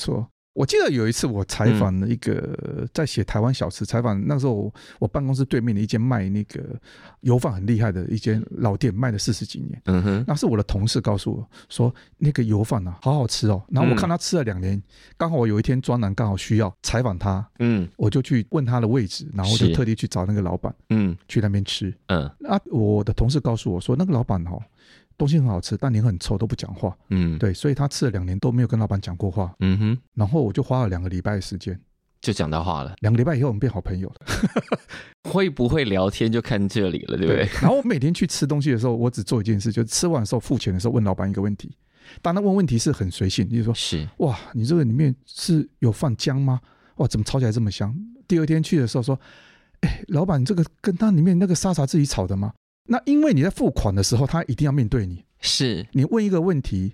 我记得有一次我采访了一个在写台湾小吃，采访那时候我办公室对面的一间卖那个油饭很厉害的一间老店，卖了40几年。那是我的同事告诉我说那个油饭啊好好吃哦，然后我看他吃了2年，刚好我有一天专栏刚好需要采访他，我就去问他的位置，然后就特地去找那个老板，去那边吃。我的同事告诉我说那个老板东西很好吃，但脸很臭，都不讲话。对，所以他吃了2年都没有跟老板讲过话。然后我就花了2个礼拜的时间， 就讲到话了。 2个礼拜以后，我们变好朋友了。 会不会聊天就看这里了，对不对？ 然后我每天去吃东西的时候，我只做一件事，就是吃完的时候付钱的时候问老板一个问题。当然问问题是很随性，就是说，哇，你这个里面是有放姜吗？哇，怎么炒起来这么香？第二天去的时候说，老板，这个跟它里面那个沙茶自己炒的吗？那因为你在付款的时候，他一定要面对你。 是你问一个问题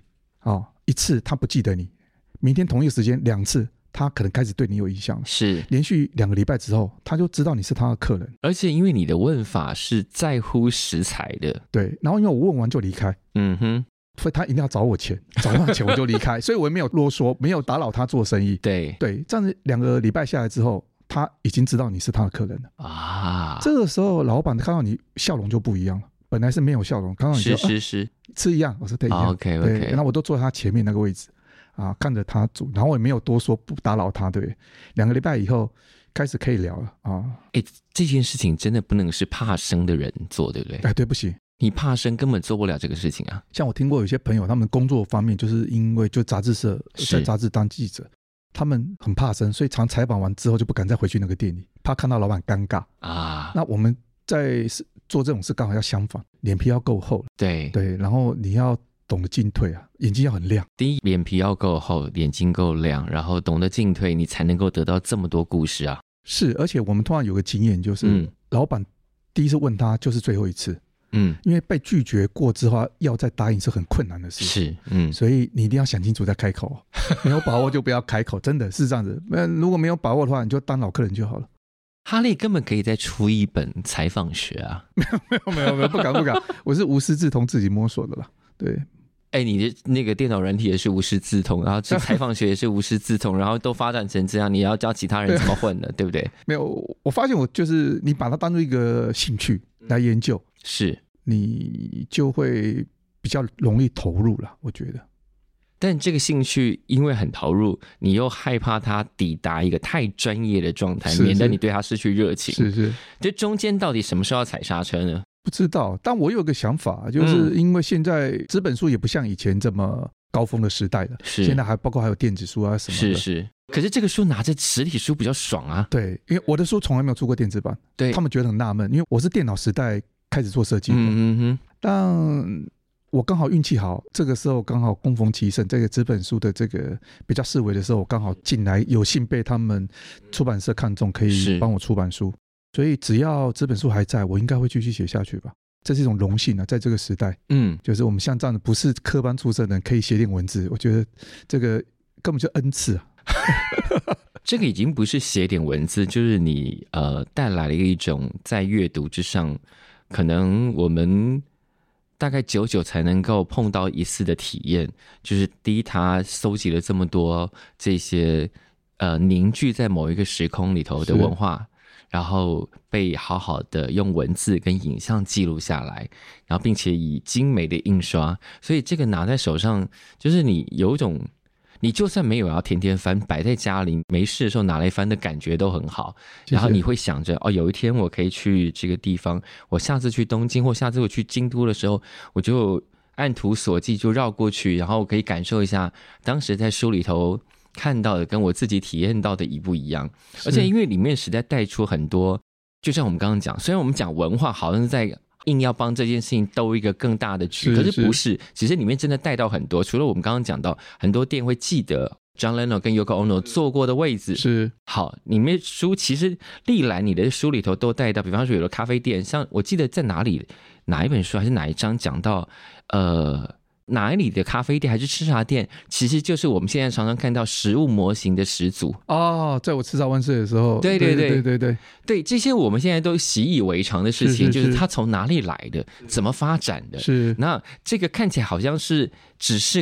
1次他不记得你，明天同一个时间2次，他可能开始对你有印象了。是连续2个礼拜之后，他就知道你是他的客人。 而且因为你的问法是在乎食材的， 对。然后因为我问完就离开，所以他一定要找我钱，找完钱我就离开，所以我也没有啰嗦，没有打扰他做生意。对，这样子2个礼拜下来之后，他已经知道你是他的客人了啊。这个时候老板看到你笑容就不一样了，本来是没有笑容，看到你就是吃一样，我说对一样。OK， 然后我都坐在他前面那个位置看着他煮，然后我也没有多说，不打扰他。对，2个礼拜以后开始可以聊了这件事情真的不能是怕生的人做，对不对？ 对，不行。 你怕生根本做不了这个事情啊！ 像我听过有些朋友，他们工作方面就是因为就杂志社在杂志当记者，他们很怕生，所以常采访完之后就不敢再回去那个店里，怕看到老板尴尬啊。那我们在做这种事刚好要相反，脸皮要够厚，对，然后你要懂得进退眼睛要很亮。 第一，脸皮要够厚，眼睛够亮，然后懂得进退，你才能够得到这么多故事啊！ 是，而且我们通常有个经验，就是老板第一次问他就是最后一次。因为被拒绝过之后要再答应是很困难的事情，是，所以你一定要想清楚再开口，没有把握就不要开口，真的是这样子。如果没有把握的话，你就当老客人就好了。 哈利根本可以再出一本采访学啊！ 没有，不敢，我是无师自通自己摸索的啦。对， 你的那个电脑软体也是无师自通，然后这采访学也是无师自通，然后都发展成这样，你要教其他人怎么混的，对不对？ 没有，我发现我就是你把它当作一个兴趣来研究， 是。 你就会比较容易投入了，我觉得。 但这个兴趣因为很投入，你又害怕它抵达一个太专业的状态，免得你对它失去热情。是，这中间到底什么时候要踩刹车呢？ 不知道，但我有个想法，就是因为现在纸本书也不像以前这么高峰的时代了，现在包括还有电子书什么的。 是。可是这个书拿着实体书比较爽啊。 对，因为我的书从来没有出过电子版，对他们觉得很纳闷，因为我是电脑时代开始做设计的，但我刚好运气好，这个时候刚好恭逢其盛，这个纸本书的这个比较式微的时候，我刚好进来，有幸被他们出版社看中，可以帮我出版书，所以只要纸本书还在，我应该会继续写下去吧。这是一种荣幸在这个时代，就是我们像这样的不是科班出身的人可以写点文字，我觉得这个根本就恩赐这个已经不是写点文字，就是你带来了一种在阅读之上，可能我们大概久久才能够碰到一次的体验。就是第一，他搜集了这么多这些凝聚在某一个时空里头的文化，然后被好好的用文字跟影像记录下来，然后并且以精美的印刷，所以这个拿在手上，就是你有一种。你就算没有要天天翻，摆在家里没事的时候拿来翻的感觉都很好。然后你会想着有一天我可以去这个地方，我下次去东京或下次我去京都的时候，我就按图索骥就绕过去，然后可以感受一下当时在书里头看到的跟我自己体验到的一不一样。而且因为里面实在带出很多，就像我们刚刚讲，虽然我们讲文化好像是在硬要帮这件事情兜一个更大的局，可是不是，其实里面真的带到很多。除了我们刚刚讲到很多店会记得 John Lennon 跟 Yoko Ono 坐过的位置，是好，里面书其实历来你的书里头都带到，比方说有的咖啡店，像我记得在哪一本书还是哪一章讲到哪里的咖啡店还是吃茶店，其实就是我们现在常常看到食物模型的始祖在我吃早万岁的时候，对， 这些我们现在都习以为常的事情，就是它从哪里来的，怎么发展的，是那这个看起来好像是只是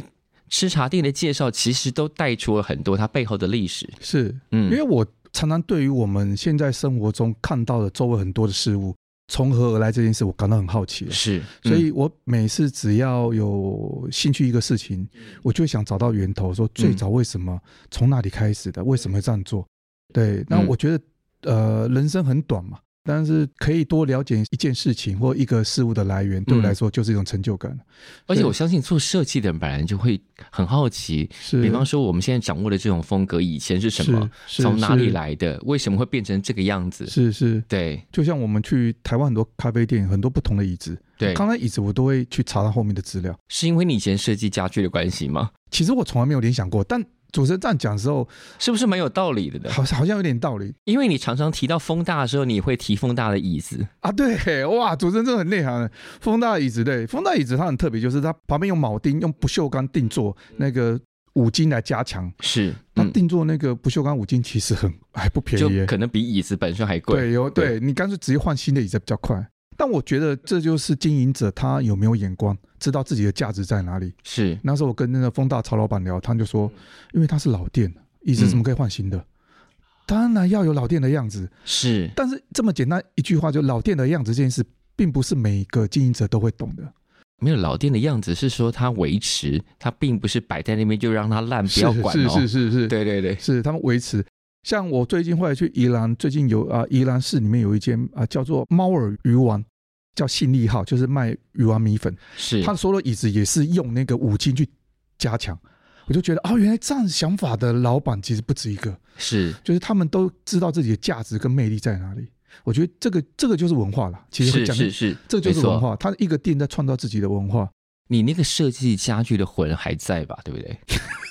吃茶店的介绍其实都带出了很多它背後的歷史。 是，因为我常常对於我們現在生活中看到的周圍很多的事物從何而來這件事我感到很好奇。 是， 所以我每次只要有興趣一個事情，我就會想找到源頭，說最早為什麼從哪裡開始的，為什麼會這樣做。對，那我覺得人生很短嘛，但是可以多了解一件事情或一個事物的來源，對我來說就是一種成就感。 而且我相信做設計的人本來就會很好奇，比方說我們現在掌握的這種風格以前是什麼，從哪裡來的，為什麼會變成這個樣子。 是， 對， 就像我們去台灣很多咖啡店，很多不同的椅子，對，剛才椅子我都會去查它後面的資料。 是因為你以前設計家具的關係嗎？ 其實我從來沒有聯想過，但主持人這樣講的時候， 是不是蠻有道理的呢？ 好像有點道理， 因為你常常提到豐大的時候，你會提豐大的椅子啊。對，哇，主持人真的很厲害。豐大的椅子，對，豐大椅子它很特別，就是它旁邊用鉚釘、用不鏽鋼定做那個五金來加強。 是， 那定做那個不鏽鋼五金其實還不便宜， 就可能比椅子本身還貴。 對，你乾脆直接換新的椅子比較快。但我覺得這就是經營者他有沒有眼光，知道自己的價值在哪裡。是，那時候我跟那個豐大曹老闆聊，他就說，因為他是老店，椅子怎麼可以換新的？當然要有老店的樣子。是，但是這麼簡單一句話，就老店的樣子這件事，並不是每個經營者都會懂的。 沒有，老店的樣子是說它維持，它並不是擺在那邊就讓它爛，不要管哦。是，對，是他們維持。像我最近後來去宜蘭，最近有宜蘭市裡面有一間叫做貓耳魚丸，叫信利號，就是賣魚丸米粉。是，他所有的椅子也是用那個五金去加強。我就覺得原來這樣想法的老闆其實不止一個。是，就是他們都知道自己的價值跟魅力在哪裡。我覺得這個就是文化啦。其實是，這個就是文化。他一個店在創造自己的文化。你那個設計家具的魂還在吧？對不對？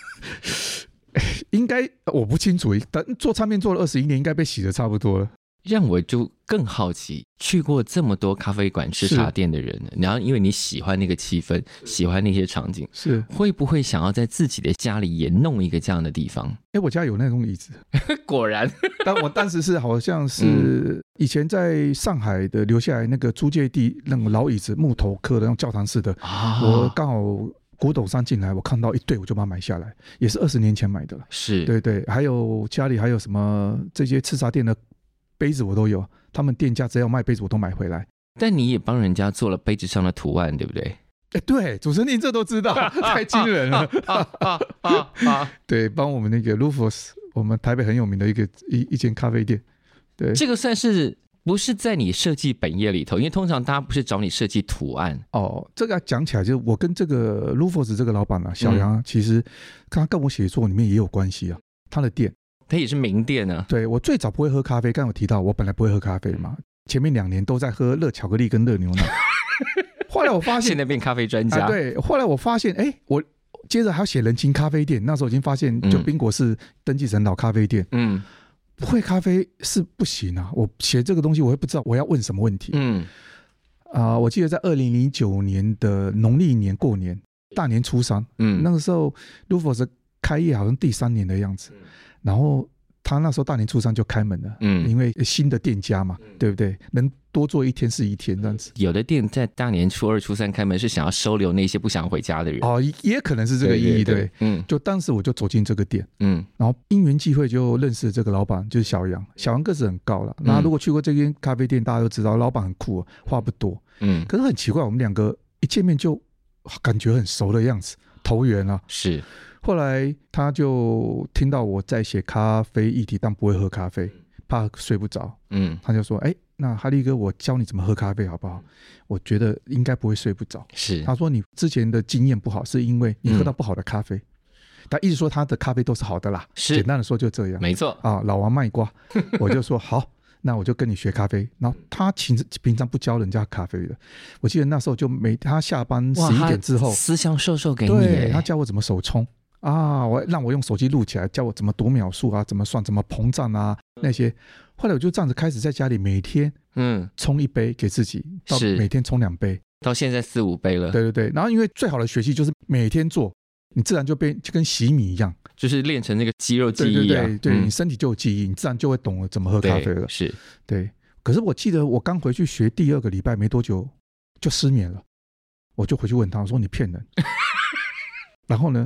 應該我不清楚，但做唱片做了21年，應該被洗得差不多了。讓我就更好奇，去過這麼多咖啡館吃茶店的人，然後因為你喜歡那個氣氛，喜歡那些場景，是會不會想要在自己的家裡也弄一個這樣的地方？我家有那種椅子。果然。但我當時是好像是以前在上海的留下來那個租界地那種老椅子，木頭刻的那種教堂式的，我剛好古董商進來，我看到一對，我就把它買下來，也是20年前買的了。是，對，還有家裡還有什麼這些吃茶店的杯子我都有，他們店家只要賣杯子我都買回來。但你也幫人家做了杯子上的圖案，對不對？對，主持人您這都知道，太驚人了。對，幫我們那個 Rufus， 我們台北很有名的一間咖啡店。對，這個算是不是在你設計本業裡頭？因為通常大家不是找你設計圖案。哦，這個講起來，就是我跟這個 Rufus 這個老闆啊，小楊，其實他跟我寫作裡面也有關係啊。他的店，他也是名店啊。對，我最早不會喝咖啡，剛剛有提到我本來不會喝咖啡嘛，前面2年都在喝熱巧克力跟熱牛奶。後來我發現，現在變咖啡專家。對，後來我發現，我接着還要寫人情咖啡店，那時候已經發現，就賓果是登記成老咖啡店。不會咖啡是不行啊！我寫這個東西，我會不知道我要問什麼問題。我記得在2009年的農曆年過年，大年初3，那個時候 Rufus 開業好像第3年的樣子，然後他那時候大年初3就開門了，因為新的店家嘛，對不對？能多做1天是1天這樣子。有的店在大年初2、初3開門，是想要收留那些不想回家的人。哦，也可能是這個意義，對。就當時我就走進這個店，然後因緣際會就認識這個老闆，就是小楊。小楊個子很高了，那如果去過這間咖啡店，大家都知道老闆很酷，話不多。可是很奇怪，我們兩個一見面就感覺很熟的樣子，投緣了。是。後來他就聽到我在寫咖啡議題，但不會喝咖啡，怕睡不着。他就說：“那哈利哥，我教你怎麼喝咖啡好不好？我覺得應該不會睡不着。”是，他說你之前的經驗不好，是因為你喝到不好的咖啡。他一直說他的咖啡都是好的啦，簡單的說就這樣。沒錯啊，老王賣瓜，我就說好，那我就跟你學咖啡。然後他平常不教人家咖啡的，我記得那時候就他下班11點之後，私相授給你，對，他教我怎麼手沖。讓我用手機錄起來，教我怎麼讀秒數啊，怎麼算，怎麼膨脹啊那些。後來我就這樣子開始在家裡每天沖1杯給自己，到每天沖2杯，到現在4、5杯了。對對對，然後因為最好的學習就是每天做，你自然就跟洗米一樣，就是練成那個肌肉記憶啊。對，你身體就有記憶，你自然就會懂得怎麼喝咖啡了。是，對。可是我記得我剛回去學第2個禮拜沒多久就失眠了，我就回去問他，我說你騙人。然後呢？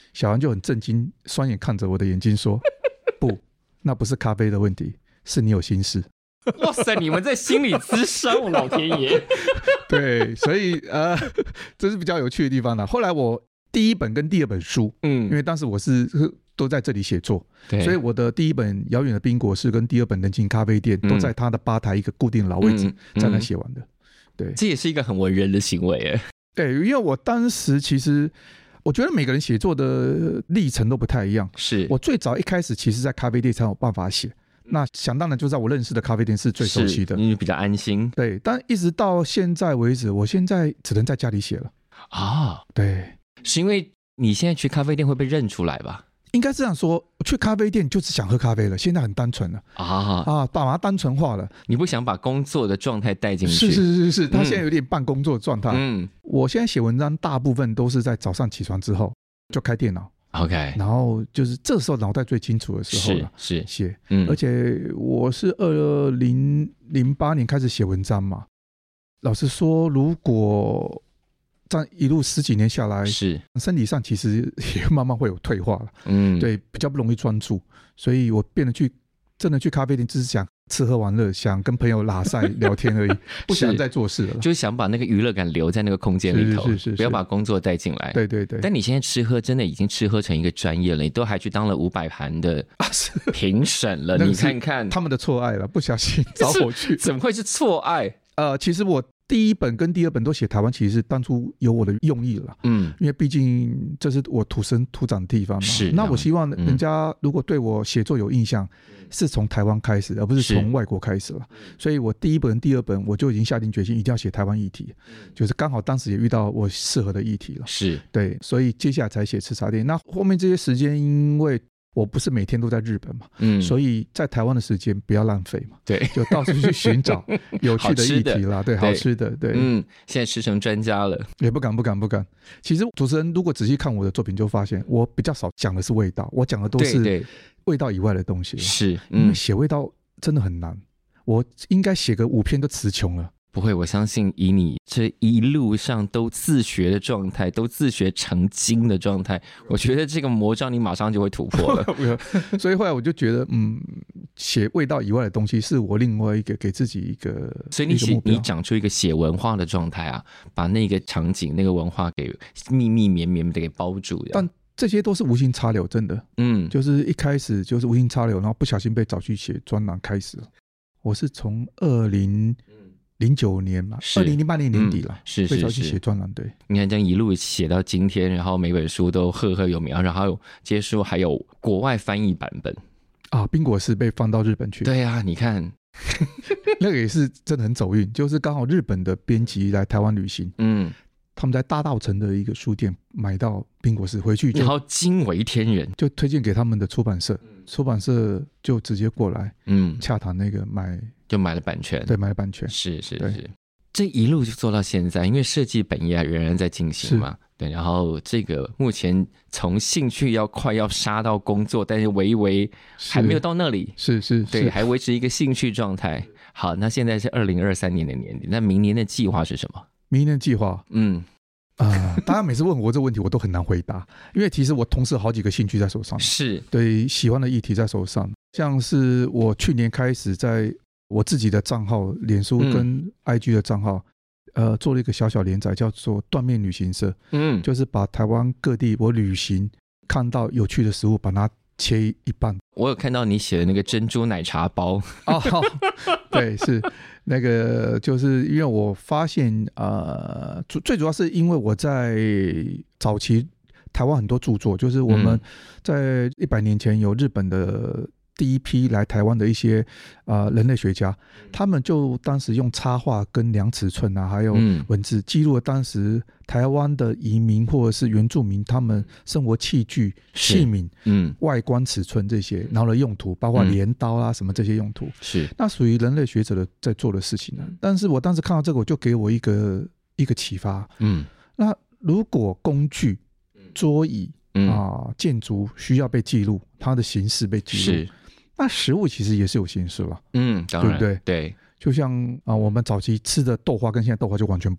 小安就很震惊，双眼看着我的眼睛说：“不，那不是咖啡的问题，是你有心事。” 哇塞，你们在心理咨商，我老天爷！ 对，所以这是比较有趣的地方啦。后来我第一本跟第二本书，因为当时我是都在这里写作，所以我的第一本《遥远的冰果室》跟第二本《人情咖啡店》都在他的吧台一个固定老位置，在那写完的。对， 这也是一个很文人的行为耶。 对，因为我当时其实我觉得每个人写作的历程都不太一样。 是我最早一开始其实在咖啡店才有办法写。那想当然就在我认识的咖啡店是最熟悉的， 因为比较安心。 对，但一直到现在为止，我现在只能在家里写了啊。对， 是因为你现在去咖啡店会被认出来吧？ 应该这样说，去咖啡店就是想喝咖啡了，现在很单纯了把它单纯化了。 你不想把工作的状态带进去？ 是，他现在有点半工作状态。我现在写文章大部分都是在早上起床之后就开电脑。 OK， 然后就是这时候脑袋最清楚的时候了， 是写，而且我是2008年开始写文章嘛。老实说，如果这样一路10几年下来， 是身体上其实也慢慢会有退化了，对，比较不容易专注，所以我变得真的去咖啡店，只是想吃喝玩乐，想跟朋友拉塞聊天而已，不想再做事了， 就是想把那个娱乐感留在那个空间里头，不要把工作带进来。 对。 但你现在吃喝真的已经吃喝成一个专业了，你都还去当了500盘的评审了，你看看他们的错爱了，不小心找我去， 怎么会是错爱？ 其实我第一本跟第二本都写台湾，其实是当初有我的用意了。因为毕竟这是我土生土长的地方嘛。是。那我希望人家如果对我写作有印象，是从台湾开始，而不是从外国开始了。所以我第一本、第二本我就已经下定决心，一定要写台湾议题，就是刚好当时也遇到我适合的议题了。 是。 对，所以接下来才写吃茶店。那后面这些时间，因为我不是每天都在日本嘛，所以在台湾的时间不要浪费嘛， 对， 就到处去寻找有趣的议题啦，对，好吃的，对， 现在吃成专家了， 也不敢。其实主持人如果仔细看我的作品，就发现我比较少讲的是味道，我讲的都是味道以外的东西， 是， 因为写味道真的很难，我应该写个5篇都词穷了。 不会，我相信以你这一路上都自学的状态，都自学成精的状态，我觉得这个魔杖你马上就会突破了。 所以后来我就觉得，写味道以外的东西是我另外一个给自己一个， 所以你长出一个写文化的状态啊，把那个场景、那个文化给密密绵绵的给包住。 但这些都是无心插柳，真的，就是一开始就是无心插柳，然后不小心被找去写专栏开始。我是从2009年嘛，2008年年底了， 是被找去写专栏。对， 你看这样一路写到今天，然后每本书都赫赫有名，然后这些书还有国外翻译版本啊，冰果室被放到日本去。 对啊，你看那个也是真的很走运，就是刚好日本的编辑来台湾旅行，他们在大稻埕的一个书店买到冰果室，回去然后惊为天人， 就推荐给他们的出版社，出版社就直接过来，洽谈那个就买了版权， 对，买了版权， 是，这一路就做到现在，因为设计本业仍然在进行嘛，对，然后这个目前从兴趣快要杀到工作，但是微还没有到那里， 是， 对，还维持一个兴趣状态。好，那现在是2023年的年底，那明年的计划是什么？ 明年的计划，大家每次问我这个问题，我都很难回答，因为其实我同时好几个兴趣在手上， 是， 对，喜欢的议题在手上，像是我去年开始在我自己的账号脸书跟 IG 的账号做了一个小小连载，叫做断面旅行社，就是把台湾各地我旅行看到有趣的食物把它切一半。 我有看到你写的那个珍珠奶茶包对，是那个，就是因为我发现最主要是因为我在早期台湾很多著作，就是我们在100年前有日本的第一批来台湾的一些人类学家，他们就当时用插画跟量尺寸啊，还有文字记录了当时台湾的移民或者是原住民他们生活器具器皿外观尺寸这些，然后的用途包括镰刀啊什么这些用途， 是那属于人类学者的在做的事情呢。但是我当时看到这个，我就给我一个启发，那如果工具桌椅建筑需要被记录，它的形式被记录，那食物其实也是有形式了， 当然， 对不对？ 对， 就像我们早期吃的豆花跟现在豆花就完全不一样。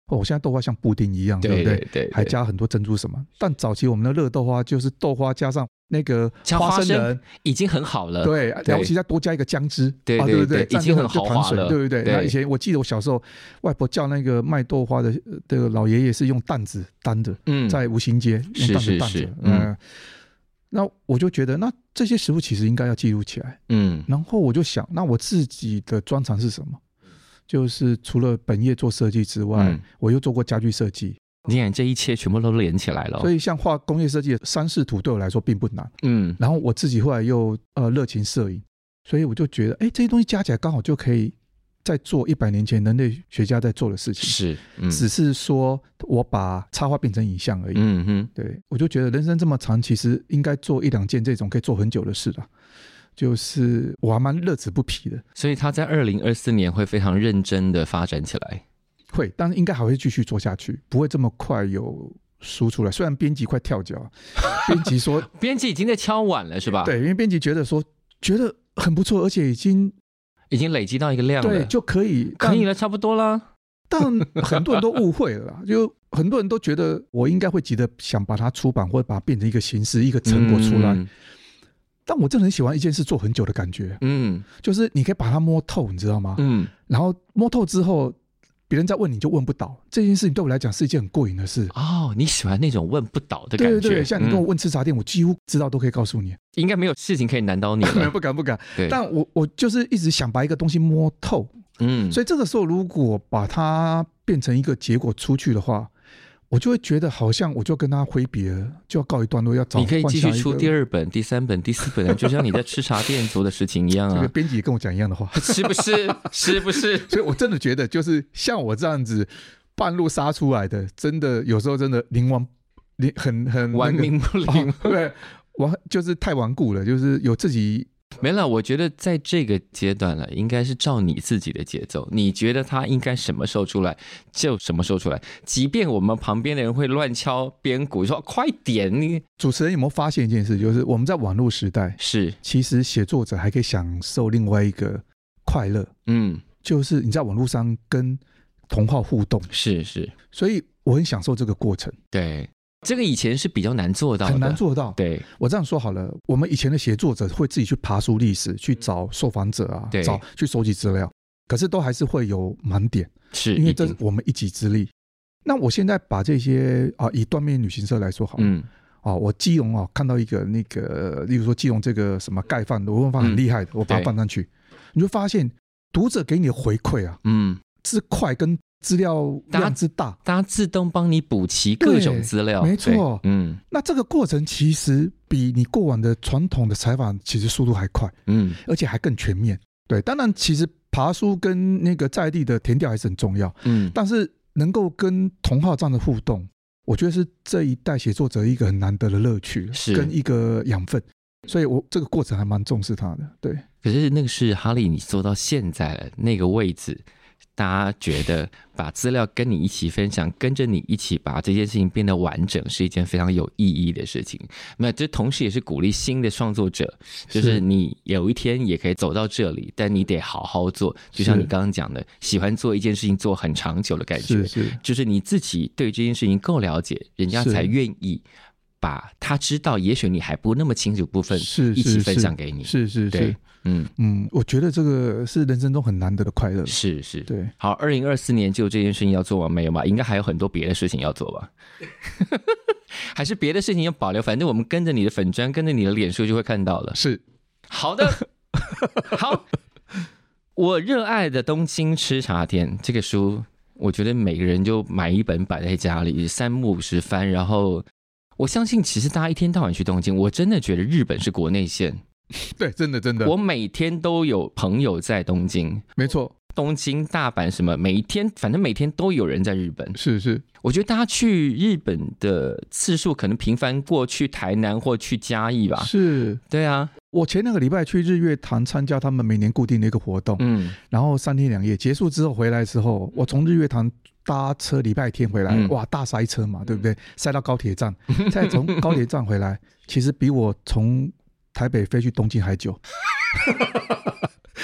我现在豆花像布丁一样，对不对？ 对， 还加很多珍珠什么。但早期我们的热豆花就是豆花加上那个花生仁， 已经很好了。 对，了不起再多加一个姜汁， 对不对？ 已经很豪华了， 对不对？那以前我记得我小时候，外婆叫那个卖豆花的老爷爷是用担子担的，在吴兴街用担子，那我就觉得，那这些食物其实应该要记录起来，然后我就想，那我自己的专长是什么？就是除了本业做设计之外，我又做过家具设计。 你看这一切全部都连起来了， 所以像画工业设计的三视图对我来说并不难。然后我自己后来又热情摄影，所以我就觉得，这些东西加起来刚好就可以在做100年前人类学家在做的事情。 是， 只是说我把插画变成影像而已。对，我就觉得人生这么长，其实应该做1-2件这种可以做很久的事了。就是我还蛮乐此不疲的， 所以他在2024年会非常认真的发展起来， 会，但是应该还会继续做下去，不会这么快有输出来。虽然编辑快跳脚，编辑说编辑已经在敲碗了，是吧？ 对，因为编辑觉得很不错，而且已经累积到一个量了， 对，就可以了，差不多了。 但很多人都误会了啦，就很多人都觉得我应该会急着想把它出版，或者把它变成一个形式、一个成果出来。但我真的很喜欢一件事做很久的感觉，就是你可以把它摸透，你知道吗？然后摸透之后，别人再问你就问不倒，这件事情对我来讲是一件很过瘾的事。 你喜欢那种问不倒的感觉？ 对，像你跟我问吃茶店，我几乎知道都可以告诉你， 应该没有事情可以难倒你了。 不敢。但我就是一直想把一个东西摸透，所以这个时候如果把它变成一个结果出去的话，我就会觉得好像我就跟他挥别了，就要告一段落，要找你可以继续出第2本、第3本、第4本，就像你在吃茶店做的事情一样啊。 这个编辑跟我讲一样的话， 是不是？是不是？ 所以我真的觉得，就是像我这样子半路杀出来的，真的有时候真的很玩命不灵， 对，我就是太顽固了，就是有自己。 没了，我觉得在这个阶段了，应该是照你自己的节奏。你觉得他应该什么时候出来就什么时候出来，即便我们旁边的人会乱敲边鼓说快点。你主持人有没有发现一件事，就是我们在网络时代，其实写作者还可以享受另外一个快乐，就是你在网络上跟同好互动， 是， 所以我很享受这个过程。 对。这个以前是比较难做到的， 很难做到。 对， 我这样说好了，我们以前的写作者会自己去爬书历史，去找受访者啊，去收集资料，可是都还是会有盲点， 是因为这是我们一己之力。那我现在把这些以断面旅行社来说好了，我基隆看到一个那个，例如说基隆这个什么盖饭，罗文芳很厉害的，我把它放上去，你就发现读者给你的回馈啊，是快跟资料量之大， 大家自动帮你补齐各种资料， 没错。那这个过程其实比你过往的传统的采访其实速度还快，而且还更全面。对，当然其实爬书跟那个在地的田调还是很重要，但是能够跟同好这样的互动，我觉得是这一代写作者一个很难得的乐趣，跟一个养分。所以我这个过程还蛮重视它的。对， 可是那个是哈利，你做到现在了那个位置。大家觉得把资料跟你一起分享，跟着你一起把这件事情变得完整，是一件非常有意义的事情。那这同时也是鼓励新的创作者，就是你有一天也可以走到这里，但你得好好做。就像你刚刚讲的，喜欢做一件事情做很长久的感觉，就是你自己对这件事情够了解，人家才愿意把他知道也许你还不那么清楚部分一起分享给你。 是，对。我觉得这个是人生中很难得的快乐。 是， 对。 好，2024年就这件事情要做完没有吧？应该还有很多别的事情要做吧？还是别的事情要保留？反正我们跟着你的粉专，跟着你的脸书就会看到了。 是， 好的。好，我热爱的东京吃茶店这个书，我觉得每个人就买一本摆在家里，3目50翻。然后我相信，其实大家一天到晚去东京，我真的觉得日本是国内线。 对，真的，我每天都有朋友在东京， 没错， 东京、大阪什么，反正每天都有人在日本。 是， 我觉得大家去日本的次数可能频繁过去台南或去嘉义吧。 是， 对啊， 我前2个礼拜去日月潭参加他们每年固定的一个活动，然后3天2夜结束之后回来之后，我从日月潭搭车礼拜天回来，哇，大塞车嘛，对不对？塞到高铁站，再从高铁站回来，其实比我从台北飞去东京还久。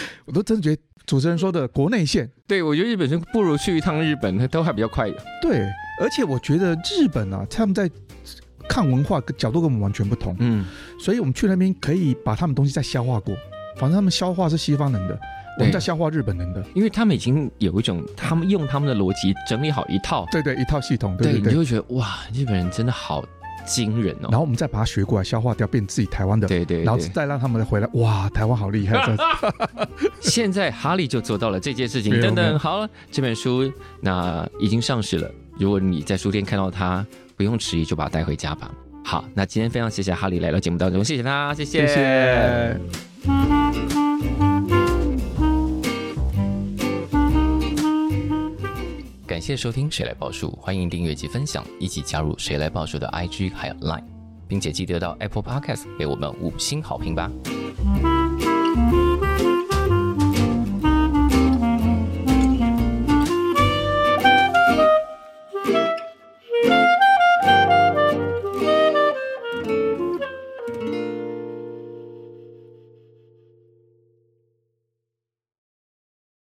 我都真的觉得主持人说的国内线， 对，我觉得日本人不如去一趟日本，都还比较快。 对，而且我觉得日本啊，他们在看文化角度跟我们完全不同，所以我们去那边可以把他们东西再消化过，反正他们消化是西方人的，我们在消化日本人的， 因为他们已经有一种他们用他们的逻辑整理好一套， 对对，一套系统，对， 你就会觉得哇，日本人真的好惊人哦。 然后我们再把它学过来，消化掉，变自己台湾的， 对， 然后再让他们回来，哇，台湾好厉害！ 现在哈利就做到了这件事情。等等，好了，这本书那已经上市了，如果你在书店看到它，不用迟疑就把它带回家吧。好，那今天非常谢谢哈利来到节目当中，谢谢他，谢谢。感谢收听《谁来报数》，欢迎订阅及分享，一起加入《谁来报数》的 IG 还有 Line， 并且记得到 Apple Podcast 给我们5星好评吧。